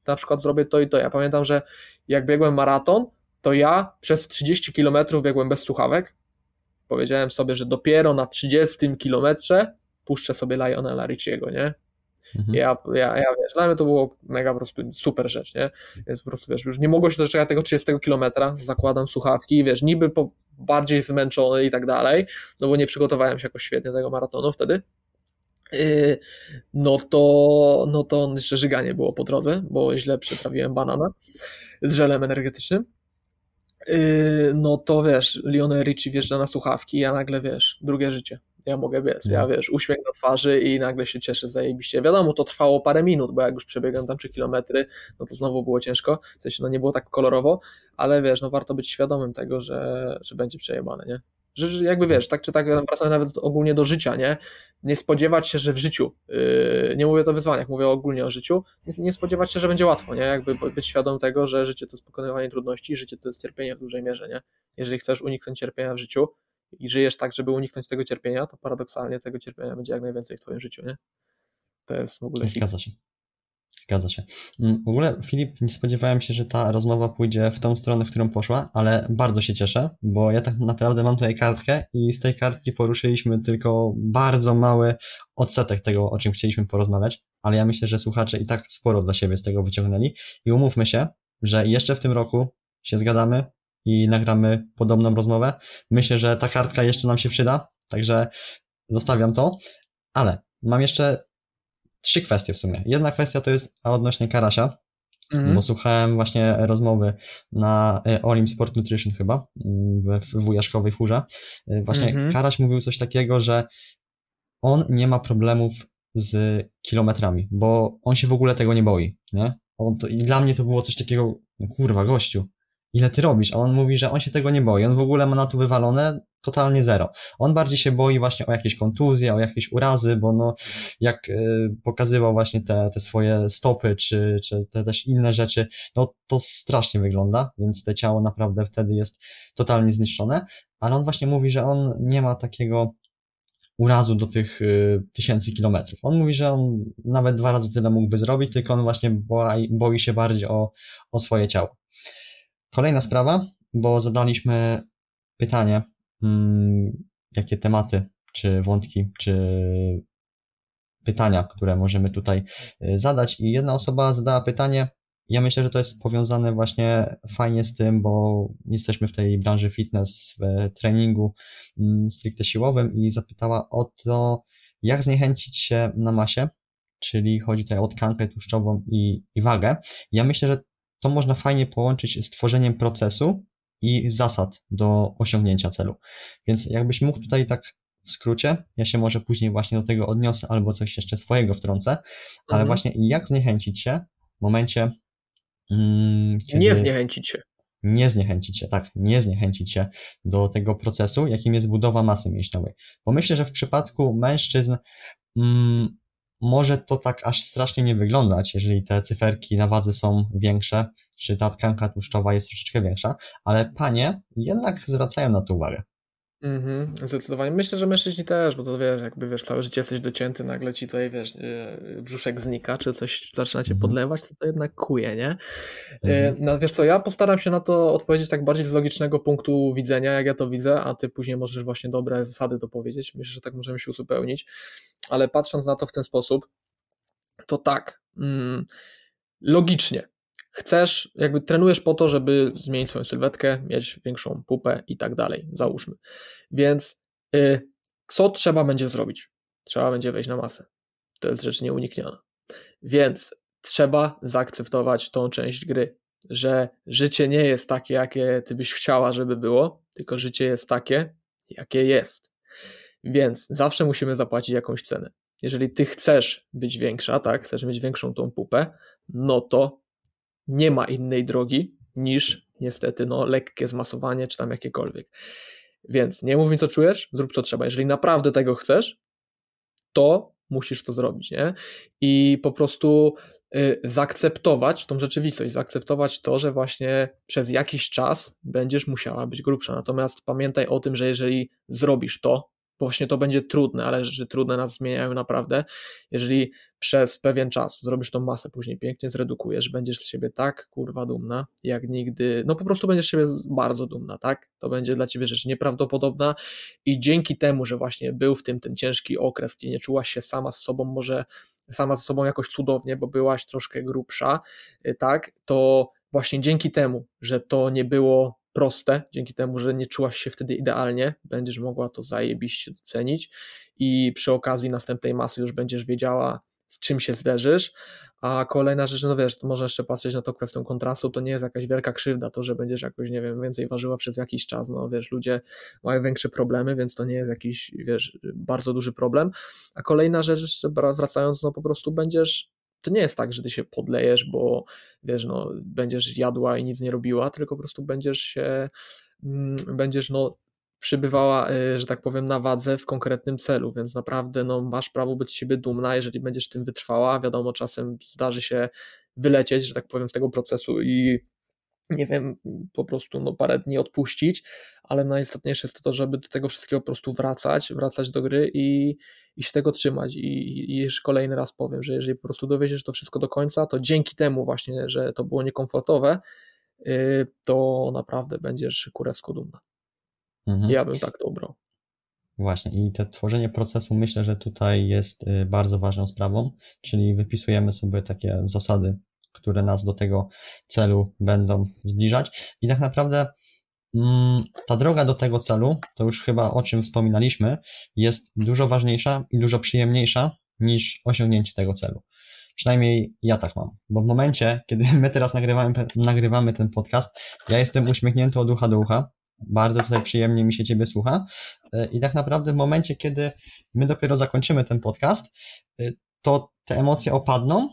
na przykład zrobię to i to. Ja pamiętam, że jak biegłem maraton, to ja przez trzydzieści kilometrów biegłem bez słuchawek. Powiedziałem sobie, że dopiero na trzydziestym kilometrze puszczę sobie Lionela Richiego, nie? Mhm. Ja, ja, ja wiesz, dla mnie to było mega po prostu super rzecz, nie? Więc po prostu wiesz, już nie mogło się doczekać tego trzydziestego kilometra, zakładam słuchawki, wiesz, niby po, bardziej zmęczony i tak dalej, no bo nie przygotowałem się jakoś świetnie do tego maratonu wtedy. Yy, no to, no to jeszcze żyganie było po drodze, bo źle przyprawiłem banana z żelem energetycznym. Yy, no to wiesz, Lionel Richie wjeżdża na słuchawki, ja nagle wiesz, drugie życie. Ja mogę biec, ja wiesz, uśmiech na twarzy i nagle się cieszę zajebiście. Wiadomo, to trwało parę minut, bo jak już przebiegam tam trzy kilometry, no to znowu było ciężko, w sensie no nie było tak kolorowo, ale wiesz, no warto być świadomym tego, że, że będzie przejebane, nie? Że, że jakby wiesz, tak czy tak wracamy nawet ogólnie do życia, nie? Nie spodziewać się, że w życiu, yy, nie mówię o wyzwaniach, mówię ogólnie o życiu, nie, nie spodziewać się, że będzie łatwo, nie? Jakby być świadom tego, że życie to jest pokonywanie trudności, życie to jest cierpienie w dużej mierze, nie? Jeżeli chcesz uniknąć cierpienia w życiu, i żyjesz tak, żeby uniknąć tego cierpienia, to paradoksalnie tego cierpienia będzie jak najwięcej w twoim życiu, nie? To jest w ogóle... Zgadza się. Zgadza się. W ogóle, Filip, nie spodziewałem się, że ta rozmowa pójdzie w tą stronę, w którą poszła, ale bardzo się cieszę, bo ja tak naprawdę mam tutaj kartkę i z tej kartki poruszyliśmy tylko bardzo mały odsetek tego, o czym chcieliśmy porozmawiać, ale ja myślę, że słuchacze i tak sporo dla siebie z tego wyciągnęli i umówmy się, że jeszcze w tym roku się zgadamy i nagramy podobną rozmowę. Myślę, że ta kartka jeszcze nam się przyda, także zostawiam to, ale mam jeszcze trzy kwestie w sumie. Jedna kwestia to jest odnośnie Karasia, mm. bo słuchałem właśnie rozmowy na Olim Sport Nutrition chyba, w Wujaszkowej Furze. Właśnie mm-hmm. Karaś mówił coś takiego, że on nie ma problemów z kilometrami, bo on się w ogóle tego nie boi, nie? On to, i dla mnie to było coś takiego, no kurwa, gościu, ile ty robisz? A on mówi, że on się tego nie boi, on w ogóle ma na to wywalone totalnie zero. On bardziej się boi właśnie o jakieś kontuzje, o jakieś urazy, bo no jak y, pokazywał właśnie te, te swoje stopy, czy, czy te też inne rzeczy, no to strasznie wygląda, więc te ciało naprawdę wtedy jest totalnie zniszczone, ale on właśnie mówi, że on nie ma takiego urazu do tych y, tysięcy kilometrów. On mówi, że on nawet dwa razy tyle mógłby zrobić, tylko on właśnie boi, boi się bardziej o, o swoje ciało. Kolejna sprawa, bo zadaliśmy pytanie, hmm, jakie tematy, czy wątki, czy pytania, które możemy tutaj zadać i jedna osoba zadała pytanie, ja myślę, że to jest powiązane właśnie fajnie z tym, bo jesteśmy w tej branży fitness, w treningu hmm, stricte siłowym i zapytała o to, jak zniechęcić się na masie, czyli chodzi tutaj o tkankę tłuszczową i, i wagę. Ja myślę, że to można fajnie połączyć z tworzeniem procesu i zasad do osiągnięcia celu. Więc jakbyś mógł tutaj tak w skrócie, ja się może później właśnie do tego odniosę albo coś jeszcze swojego wtrącę, ale mhm. właśnie jak zniechęcić się w momencie, hmm, kiedy... Nie zniechęcić się. Nie zniechęcić się, tak, nie zniechęcić się do tego procesu, jakim jest budowa masy mięśniowej. Bo myślę, że w przypadku mężczyzn hmm, może to tak aż strasznie nie wyglądać, jeżeli te cyferki na wadze są większe, czy ta tkanka tłuszczowa jest troszeczkę większa, ale panie jednak zwracają na to uwagę. Mhm, zdecydowanie. Myślę, że mężczyźni też, bo to wiesz, jakby wiesz, całe życie jesteś docięty, nagle ci tutaj wiesz, brzuszek znika, czy coś zaczyna cię mhm. podlewać, to to jednak kuje, nie? Mhm. No wiesz co, ja postaram się na to odpowiedzieć tak bardziej z logicznego punktu widzenia, jak ja to widzę, a ty później możesz właśnie dobre zasady to powiedzieć. Myślę, że tak możemy się uzupełnić, ale patrząc na to w ten sposób, to tak, mm, logicznie. Chcesz, jakby trenujesz po to, żeby zmienić swoją sylwetkę, mieć większą pupę i tak dalej, załóżmy. Więc y, co trzeba będzie zrobić? Trzeba będzie wejść na masę. To jest rzecz nieunikniona. Więc trzeba zaakceptować tą część gry, że życie nie jest takie, jakie ty byś chciała, żeby było, tylko życie jest takie, jakie jest. Więc zawsze musimy zapłacić jakąś cenę. Jeżeli ty chcesz być większa, tak, chcesz mieć większą tą pupę, no to nie ma innej drogi niż niestety no, lekkie zmasowanie czy tam jakiekolwiek. Więc nie mów mi co czujesz, zrób to trzeba. Jeżeli naprawdę tego chcesz, to musisz to zrobić, nie? I po prostu y, zaakceptować tą rzeczywistość, zaakceptować to, że właśnie przez jakiś czas będziesz musiała być grubsza. Natomiast pamiętaj o tym, że jeżeli zrobisz to, właśnie to będzie trudne, ale rzeczy trudne nas zmieniają naprawdę. Jeżeli przez pewien czas zrobisz tą masę, później pięknie zredukujesz, będziesz z siebie tak kurwa dumna, jak nigdy, no po prostu będziesz z siebie bardzo dumna, tak? To będzie dla ciebie rzecz nieprawdopodobna i dzięki temu, że właśnie był w tym ten ciężki okres, gdzie nie czułaś się sama z sobą, może sama ze sobą jakoś cudownie, bo byłaś troszkę grubsza, tak? To właśnie dzięki temu, że to nie było proste, dzięki temu, że nie czułaś się wtedy idealnie, będziesz mogła to zajebiście docenić i przy okazji następnej masy już będziesz wiedziała, z czym się zderzysz, a kolejna rzecz, no wiesz, można jeszcze patrzeć na to kwestią kontrastu, to nie jest jakaś wielka krzywda, to, że będziesz jakoś, nie wiem, więcej ważyła przez jakiś czas, no wiesz, ludzie mają większe problemy, więc to nie jest jakiś, wiesz, bardzo duży problem, a kolejna rzecz, jeszcze wracając, no po prostu będziesz, to nie jest tak, że ty się podlejesz, bo wiesz, no będziesz jadła i nic nie robiła, tylko po prostu będziesz się, będziesz no przybywała, że tak powiem, na wadze w konkretnym celu, więc naprawdę no, masz prawo być z siebie dumna, jeżeli będziesz tym wytrwała, wiadomo, czasem zdarzy się wylecieć, że tak powiem, z tego procesu i nie wiem, po prostu no, parę dni odpuścić, ale najistotniejsze jest to, żeby do tego wszystkiego po prostu wracać, wracać do gry i, i się tego trzymać i, i jeszcze kolejny raz powiem, że jeżeli po prostu dowieziesz to wszystko do końca, to dzięki temu właśnie, że to było niekomfortowe, yy, to naprawdę będziesz kurewsko dumna. Mhm. Ja bym tak to ubrał. Właśnie i to tworzenie procesu myślę, że tutaj jest bardzo ważną sprawą, czyli wypisujemy sobie takie zasady, które nas do tego celu będą zbliżać i tak naprawdę mm, ta droga do tego celu, to już chyba o czym wspominaliśmy, jest dużo ważniejsza i dużo przyjemniejsza niż osiągnięcie tego celu. Przynajmniej ja tak mam, bo w momencie, kiedy my teraz nagrywamy, nagrywamy ten podcast, ja jestem uśmiechnięty od ucha do ucha, bardzo tutaj przyjemnie mi się Ciebie słucha i tak naprawdę w momencie, kiedy my dopiero zakończymy ten podcast, to te emocje opadną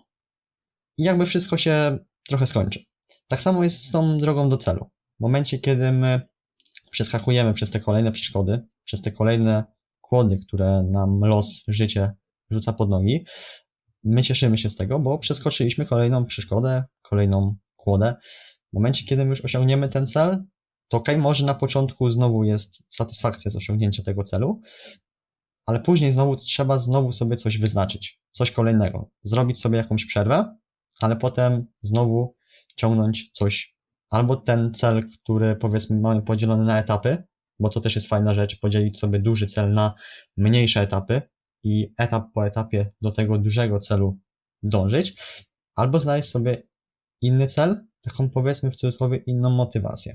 i jakby wszystko się trochę skończy. Tak samo jest z tą drogą do celu. W momencie, kiedy my przeskakujemy przez te kolejne przeszkody, przez te kolejne kłody, które nam los, życie rzuca pod nogi, my cieszymy się z tego, bo przeskoczyliśmy kolejną przeszkodę, kolejną kłodę. W momencie, kiedy my już osiągniemy ten cel, to okej, okay, może na początku znowu jest satysfakcja z osiągnięcia tego celu, ale później znowu trzeba znowu sobie coś wyznaczyć, coś kolejnego, zrobić sobie jakąś przerwę, ale potem znowu ciągnąć coś, albo ten cel, który powiedzmy mamy podzielony na etapy, bo to też jest fajna rzecz, podzielić sobie duży cel na mniejsze etapy i etap po etapie do tego dużego celu dążyć, albo znaleźć sobie inny cel, taką powiedzmy w cudzysłowie inną motywację.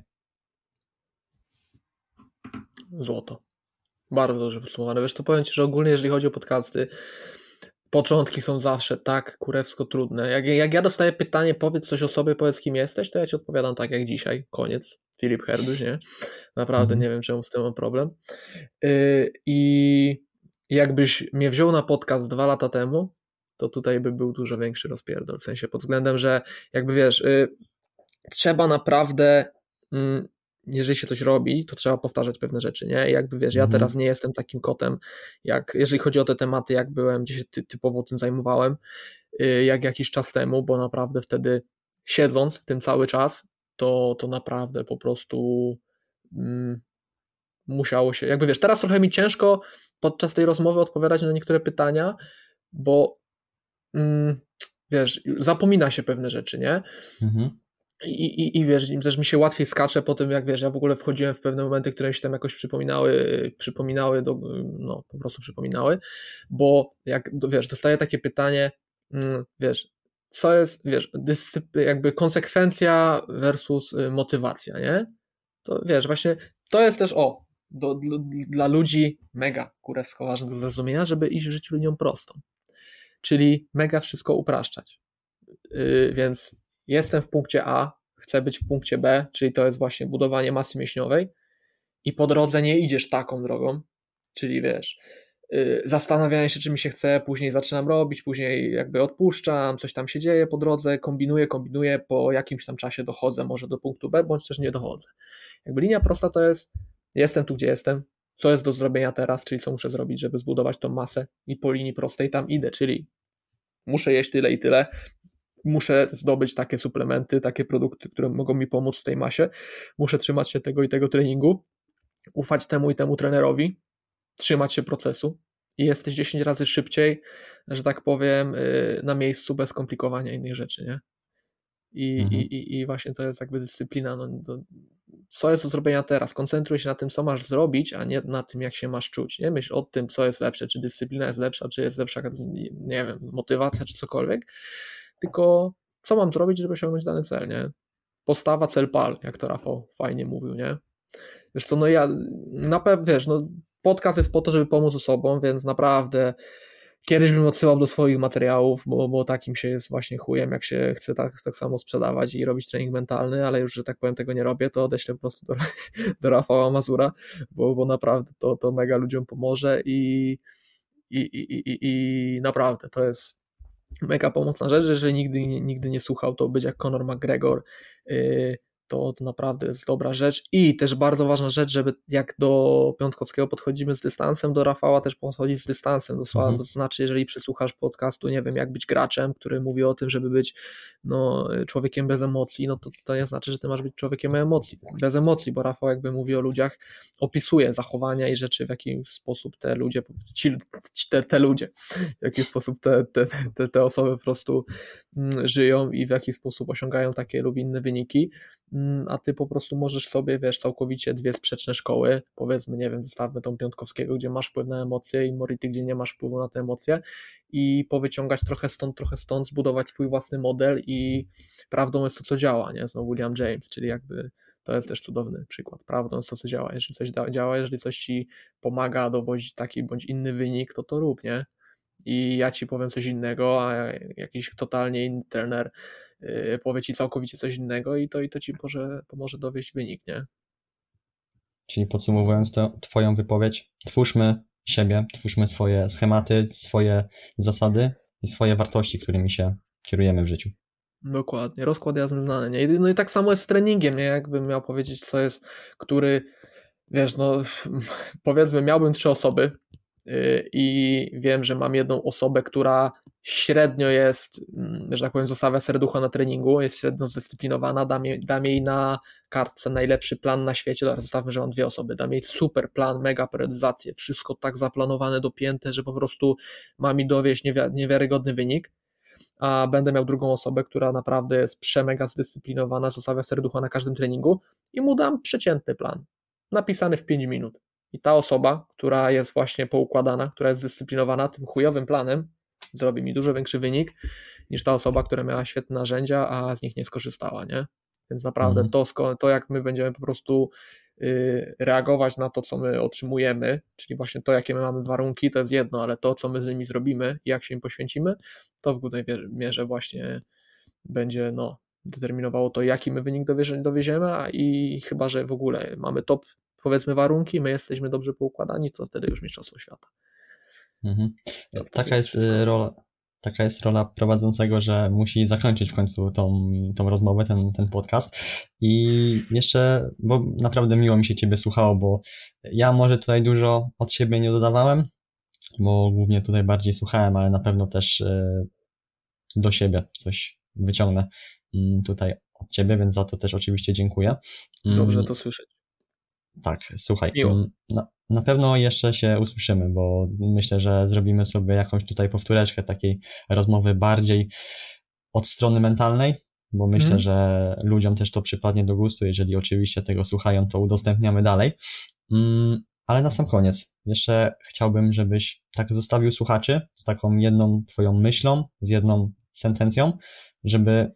Złoto. Bardzo dobrze podsumowane. Wiesz, to powiem Ci, że ogólnie jeżeli chodzi o podcasty, początki są zawsze tak kurewsko trudne. Jak, jak ja dostaję pytanie, powiedz coś o sobie, powiedz kim jesteś, to ja Ci odpowiadam tak jak dzisiaj. Koniec. Filip Herduś, nie? Naprawdę mm. nie wiem, czemu z tym mam problem. Yy, I jakbyś mnie wziął na podcast dwa lata temu, to tutaj by był dużo większy rozpierdol. W sensie pod względem, że jakby wiesz, yy, trzeba naprawdę... Yy, jeżeli się coś robi, to trzeba powtarzać pewne rzeczy, nie? I jakby wiesz, ja teraz nie jestem takim kotem, jak jeżeli chodzi o te tematy, jak byłem, gdzie się ty, typowo tym zajmowałem, jak jakiś czas temu, bo naprawdę wtedy siedząc w tym cały czas, to, to naprawdę po prostu mm, musiało się, jakby wiesz, teraz trochę mi ciężko podczas tej rozmowy odpowiadać na niektóre pytania, bo mm, wiesz, zapomina się pewne rzeczy, nie? Mhm. I, i, I wiesz, też mi się łatwiej skacze po tym, jak wiesz, ja w ogóle wchodziłem w pewne momenty, które mi się tam jakoś przypominały, przypominały, do, no po prostu przypominały, bo jak, wiesz, dostaję takie pytanie, wiesz, co jest, wiesz, dyscypl- jakby konsekwencja versus motywacja, nie? To wiesz, właśnie to jest też, o, do, do, dla ludzi mega kurewsko ważne do zrozumienia, żeby iść w życiu linią prostą, czyli mega wszystko upraszczać, yy, więc jestem w punkcie A, chcę być w punkcie B, czyli to jest właśnie budowanie masy mięśniowej i po drodze nie idziesz taką drogą, czyli wiesz, yy, zastanawianie się, czy mi się chce, później zaczynam robić, później jakby odpuszczam, coś tam się dzieje po drodze, kombinuję, kombinuję, po jakimś tam czasie dochodzę może do punktu B, bądź też nie dochodzę. Jakby linia prosta to jest, jestem tu, gdzie jestem, co jest do zrobienia teraz, czyli co muszę zrobić, żeby zbudować tą masę i po linii prostej tam idę, czyli muszę jeść tyle i tyle, muszę zdobyć takie suplementy, takie produkty, które mogą mi pomóc w tej masie, muszę trzymać się tego i tego treningu, ufać temu i temu trenerowi, trzymać się procesu i jesteś dziesięć razy szybciej, że tak powiem, na miejscu bez komplikowania innych rzeczy, nie? I, mhm. i, i, i właśnie to jest jakby dyscyplina. No, to, co jest do zrobienia teraz? Koncentruj się na tym, co masz zrobić, a nie na tym, jak się masz czuć. Nie myśl o tym, co jest lepsze, czy dyscyplina jest lepsza, czy jest lepsza, nie wiem, motywacja, czy cokolwiek, tylko co mam zrobić, żeby osiągnąć dany cel, nie? Postawa, cel, pal, jak to Rafał fajnie mówił, nie? Wiesz to, no ja, na pewno, wiesz, no podcast jest po to, żeby pomóc osobom, więc naprawdę kiedyś bym odsyłał do swoich materiałów, bo, bo takim się jest właśnie chujem, jak się chce tak, tak samo sprzedawać i robić trening mentalny, ale już, że tak powiem, tego nie robię, to odeślę po prostu do, do Rafała Mazura, bo, bo naprawdę to, to mega ludziom pomoże i, i, i, i, i naprawdę to jest mega pomocna rzecz. Jeżeli nigdy, nigdy nie słuchał, to być jak Conor McGregor, yy, to, to naprawdę jest dobra rzecz i też bardzo ważna rzecz, żeby jak do Piątkowskiego podchodzimy z dystansem, do Rafała też podchodzić z dystansem, mhm. to znaczy jeżeli przysłuchasz podcastu, nie wiem, jak być graczem, który mówi o tym, żeby być no, człowiekiem bez emocji, no to to nie znaczy, że ty masz być człowiekiem emocji, bez emocji, bo Rafał jakby mówi o ludziach, opisuje zachowania i rzeczy, w jaki sposób te ludzie, ci, te, te ludzie, w jaki sposób te, te, te, te osoby po prostu żyją i w jaki sposób osiągają takie lub inne wyniki, a ty po prostu możesz sobie, wiesz, całkowicie dwie sprzeczne szkoły, powiedzmy, nie wiem, zostawmy tą Piątkowskiego, gdzie masz wpływ na emocje i Mority, gdzie nie masz wpływu na te emocje i powyciągać trochę stąd, trochę stąd, zbudować swój własny model i prawdą jest to, co działa, nie? Znowu William James, czyli jakby to jest też cudowny przykład. Prawdą jest to, co działa. Jeżeli coś da- działa, jeżeli coś ci pomaga dowozić taki bądź inny wynik, to to rób, nie? I ja ci powiem coś innego, a jakiś totalnie inny trener yy, powie ci całkowicie coś innego i to, i to ci może, pomoże dowieść wynik, nie? Czyli podsumowując to, twoją wypowiedź, twórzmy siebie, twórzmy swoje schematy, swoje zasady i swoje wartości, którymi się kierujemy w życiu. Dokładnie, rozkład jazdy znany, nie? No i tak samo jest z treningiem, nie? Jakbym miał powiedzieć, co jest, który, wiesz, no powiedzmy miałbym trzy osoby, i wiem, że mam jedną osobę, która średnio jest, że tak powiem, zostawia serducho na treningu, jest średnio zdyscyplinowana, dam jej, dam jej na kartce najlepszy plan na świecie, dobra, zostawmy, że mam dwie osoby, dam jej super plan, mega periodyzację, wszystko tak zaplanowane, dopięte, że po prostu ma mi dowieść niewi- niewiarygodny wynik, a będę miał drugą osobę, która naprawdę jest przemega zdyscyplinowana, zostawia serducho na każdym treningu i mu dam przeciętny plan, napisany w pięć minut. I ta osoba, która jest właśnie poukładana, która jest zdyscyplinowana tym chujowym planem, zrobi mi dużo większy wynik niż ta osoba, która miała świetne narzędzia, a z nich nie skorzystała, nie? Więc naprawdę mm. to, to, jak my będziemy po prostu yy, reagować na to, co my otrzymujemy, czyli właśnie to, jakie my mamy warunki, to jest jedno, ale to, co my z nimi zrobimy i jak się im poświęcimy, to w głównej mierze właśnie będzie no, determinowało to, jaki my wynik dowieziemy, a i chyba, że w ogóle mamy top, powiedzmy, warunki, my jesteśmy dobrze poukładani, to wtedy już mistrzostwo świata. Mhm. Taka jest, jest rola, taka jest rola prowadzącego, że musi zakończyć w końcu tą, tą rozmowę, ten, ten podcast. I jeszcze, bo naprawdę miło mi się Ciebie słuchało, bo ja może tutaj dużo od siebie nie dodawałem, bo głównie tutaj bardziej słuchałem, ale na pewno też do siebie coś wyciągnę tutaj od Ciebie, więc za to też oczywiście dziękuję. Dobrze to słyszeć. Tak, słuchaj, na, na pewno jeszcze się usłyszymy, bo myślę, że zrobimy sobie jakąś tutaj powtóreczkę takiej rozmowy bardziej od strony mentalnej, bo myślę, mm. że ludziom też to przypadnie do gustu, jeżeli oczywiście tego słuchają, to udostępniamy dalej. Mm, ale na sam koniec jeszcze chciałbym, żebyś tak zostawił słuchaczy z taką jedną twoją myślą, z jedną sentencją, żeby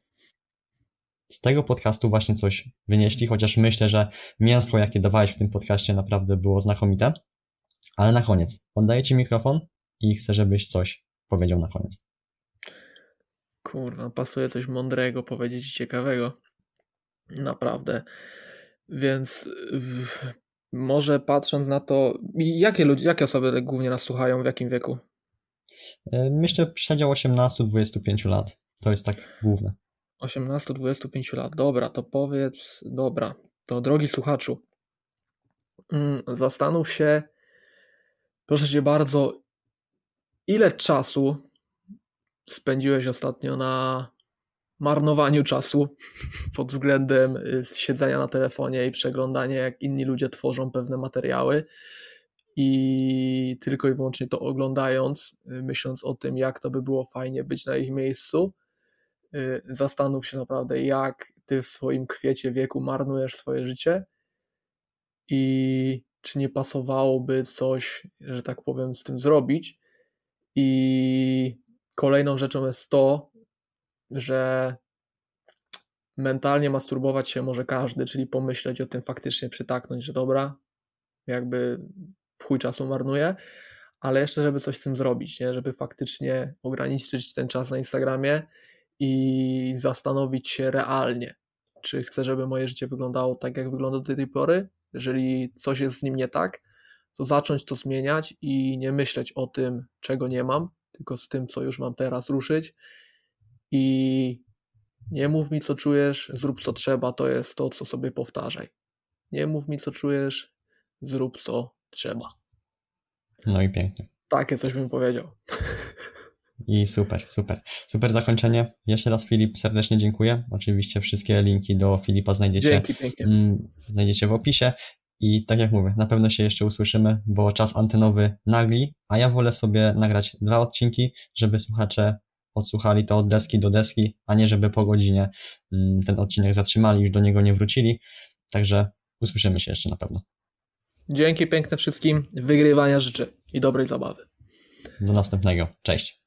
z tego podcastu właśnie coś wynieśli, chociaż myślę, że mięsko, jakie dawałeś w tym podcaście, naprawdę było znakomite. Ale na koniec oddaję Ci mikrofon i chcę, żebyś coś powiedział na koniec. Kurwa, pasuje coś mądrego powiedzieć i ciekawego. Naprawdę. Więc w, może patrząc na to, jakie ludzie, jakie osoby głównie nas słuchają, w jakim wieku? Myślę, przedział osiemnaście do dwudziestu pięciu lat. To jest tak główne. osiemnaście do dwudziestu pięciu lat. Dobra, to powiedz, dobra, to drogi słuchaczu, zastanów się, proszę Cię bardzo, ile czasu spędziłeś ostatnio na marnowaniu czasu pod względem siedzenia na telefonie i przeglądania, jak inni ludzie tworzą pewne materiały i tylko i wyłącznie to oglądając, myśląc o tym, jak to by było fajnie być na ich miejscu, zastanów się naprawdę, jak ty w swoim kwiecie wieku marnujesz swoje życie i czy nie pasowałoby coś, że tak powiem, z tym zrobić. I kolejną rzeczą jest to, że mentalnie masturbować się może każdy, czyli pomyśleć o tym, faktycznie przytaknąć, że dobra, jakby w chuj czasu marnuję, ale jeszcze żeby coś z tym zrobić, nie? Żeby faktycznie ograniczyć ten czas na Instagramie i zastanowić się realnie, czy chcę, żeby moje życie wyglądało tak, jak wygląda do tej pory. Jeżeli coś jest z nim nie tak, to zacząć to zmieniać i nie myśleć o tym, czego nie mam, tylko z tym, co już mam teraz, ruszyć. I nie mów mi, co czujesz, zrób co trzeba, to jest to, co sobie powtarzaj. Nie mów mi, co czujesz, zrób co trzeba. No i pięknie. Takie coś bym powiedział. I super, super. Super zakończenie. Jeszcze raz, Filip, serdecznie dziękuję. Oczywiście wszystkie linki do Filipa znajdziecie, Dzięki, pięknie. znajdziecie w opisie. I tak jak mówię, na pewno się jeszcze usłyszymy, bo czas antenowy nagli, a ja wolę sobie nagrać dwa odcinki, żeby słuchacze odsłuchali to od deski do deski, a nie żeby po godzinie ten odcinek zatrzymali, już do niego nie wrócili. Także usłyszymy się jeszcze na pewno. Dzięki piękne wszystkim, wygrywania życzę i dobrej zabawy. Do następnego. Cześć.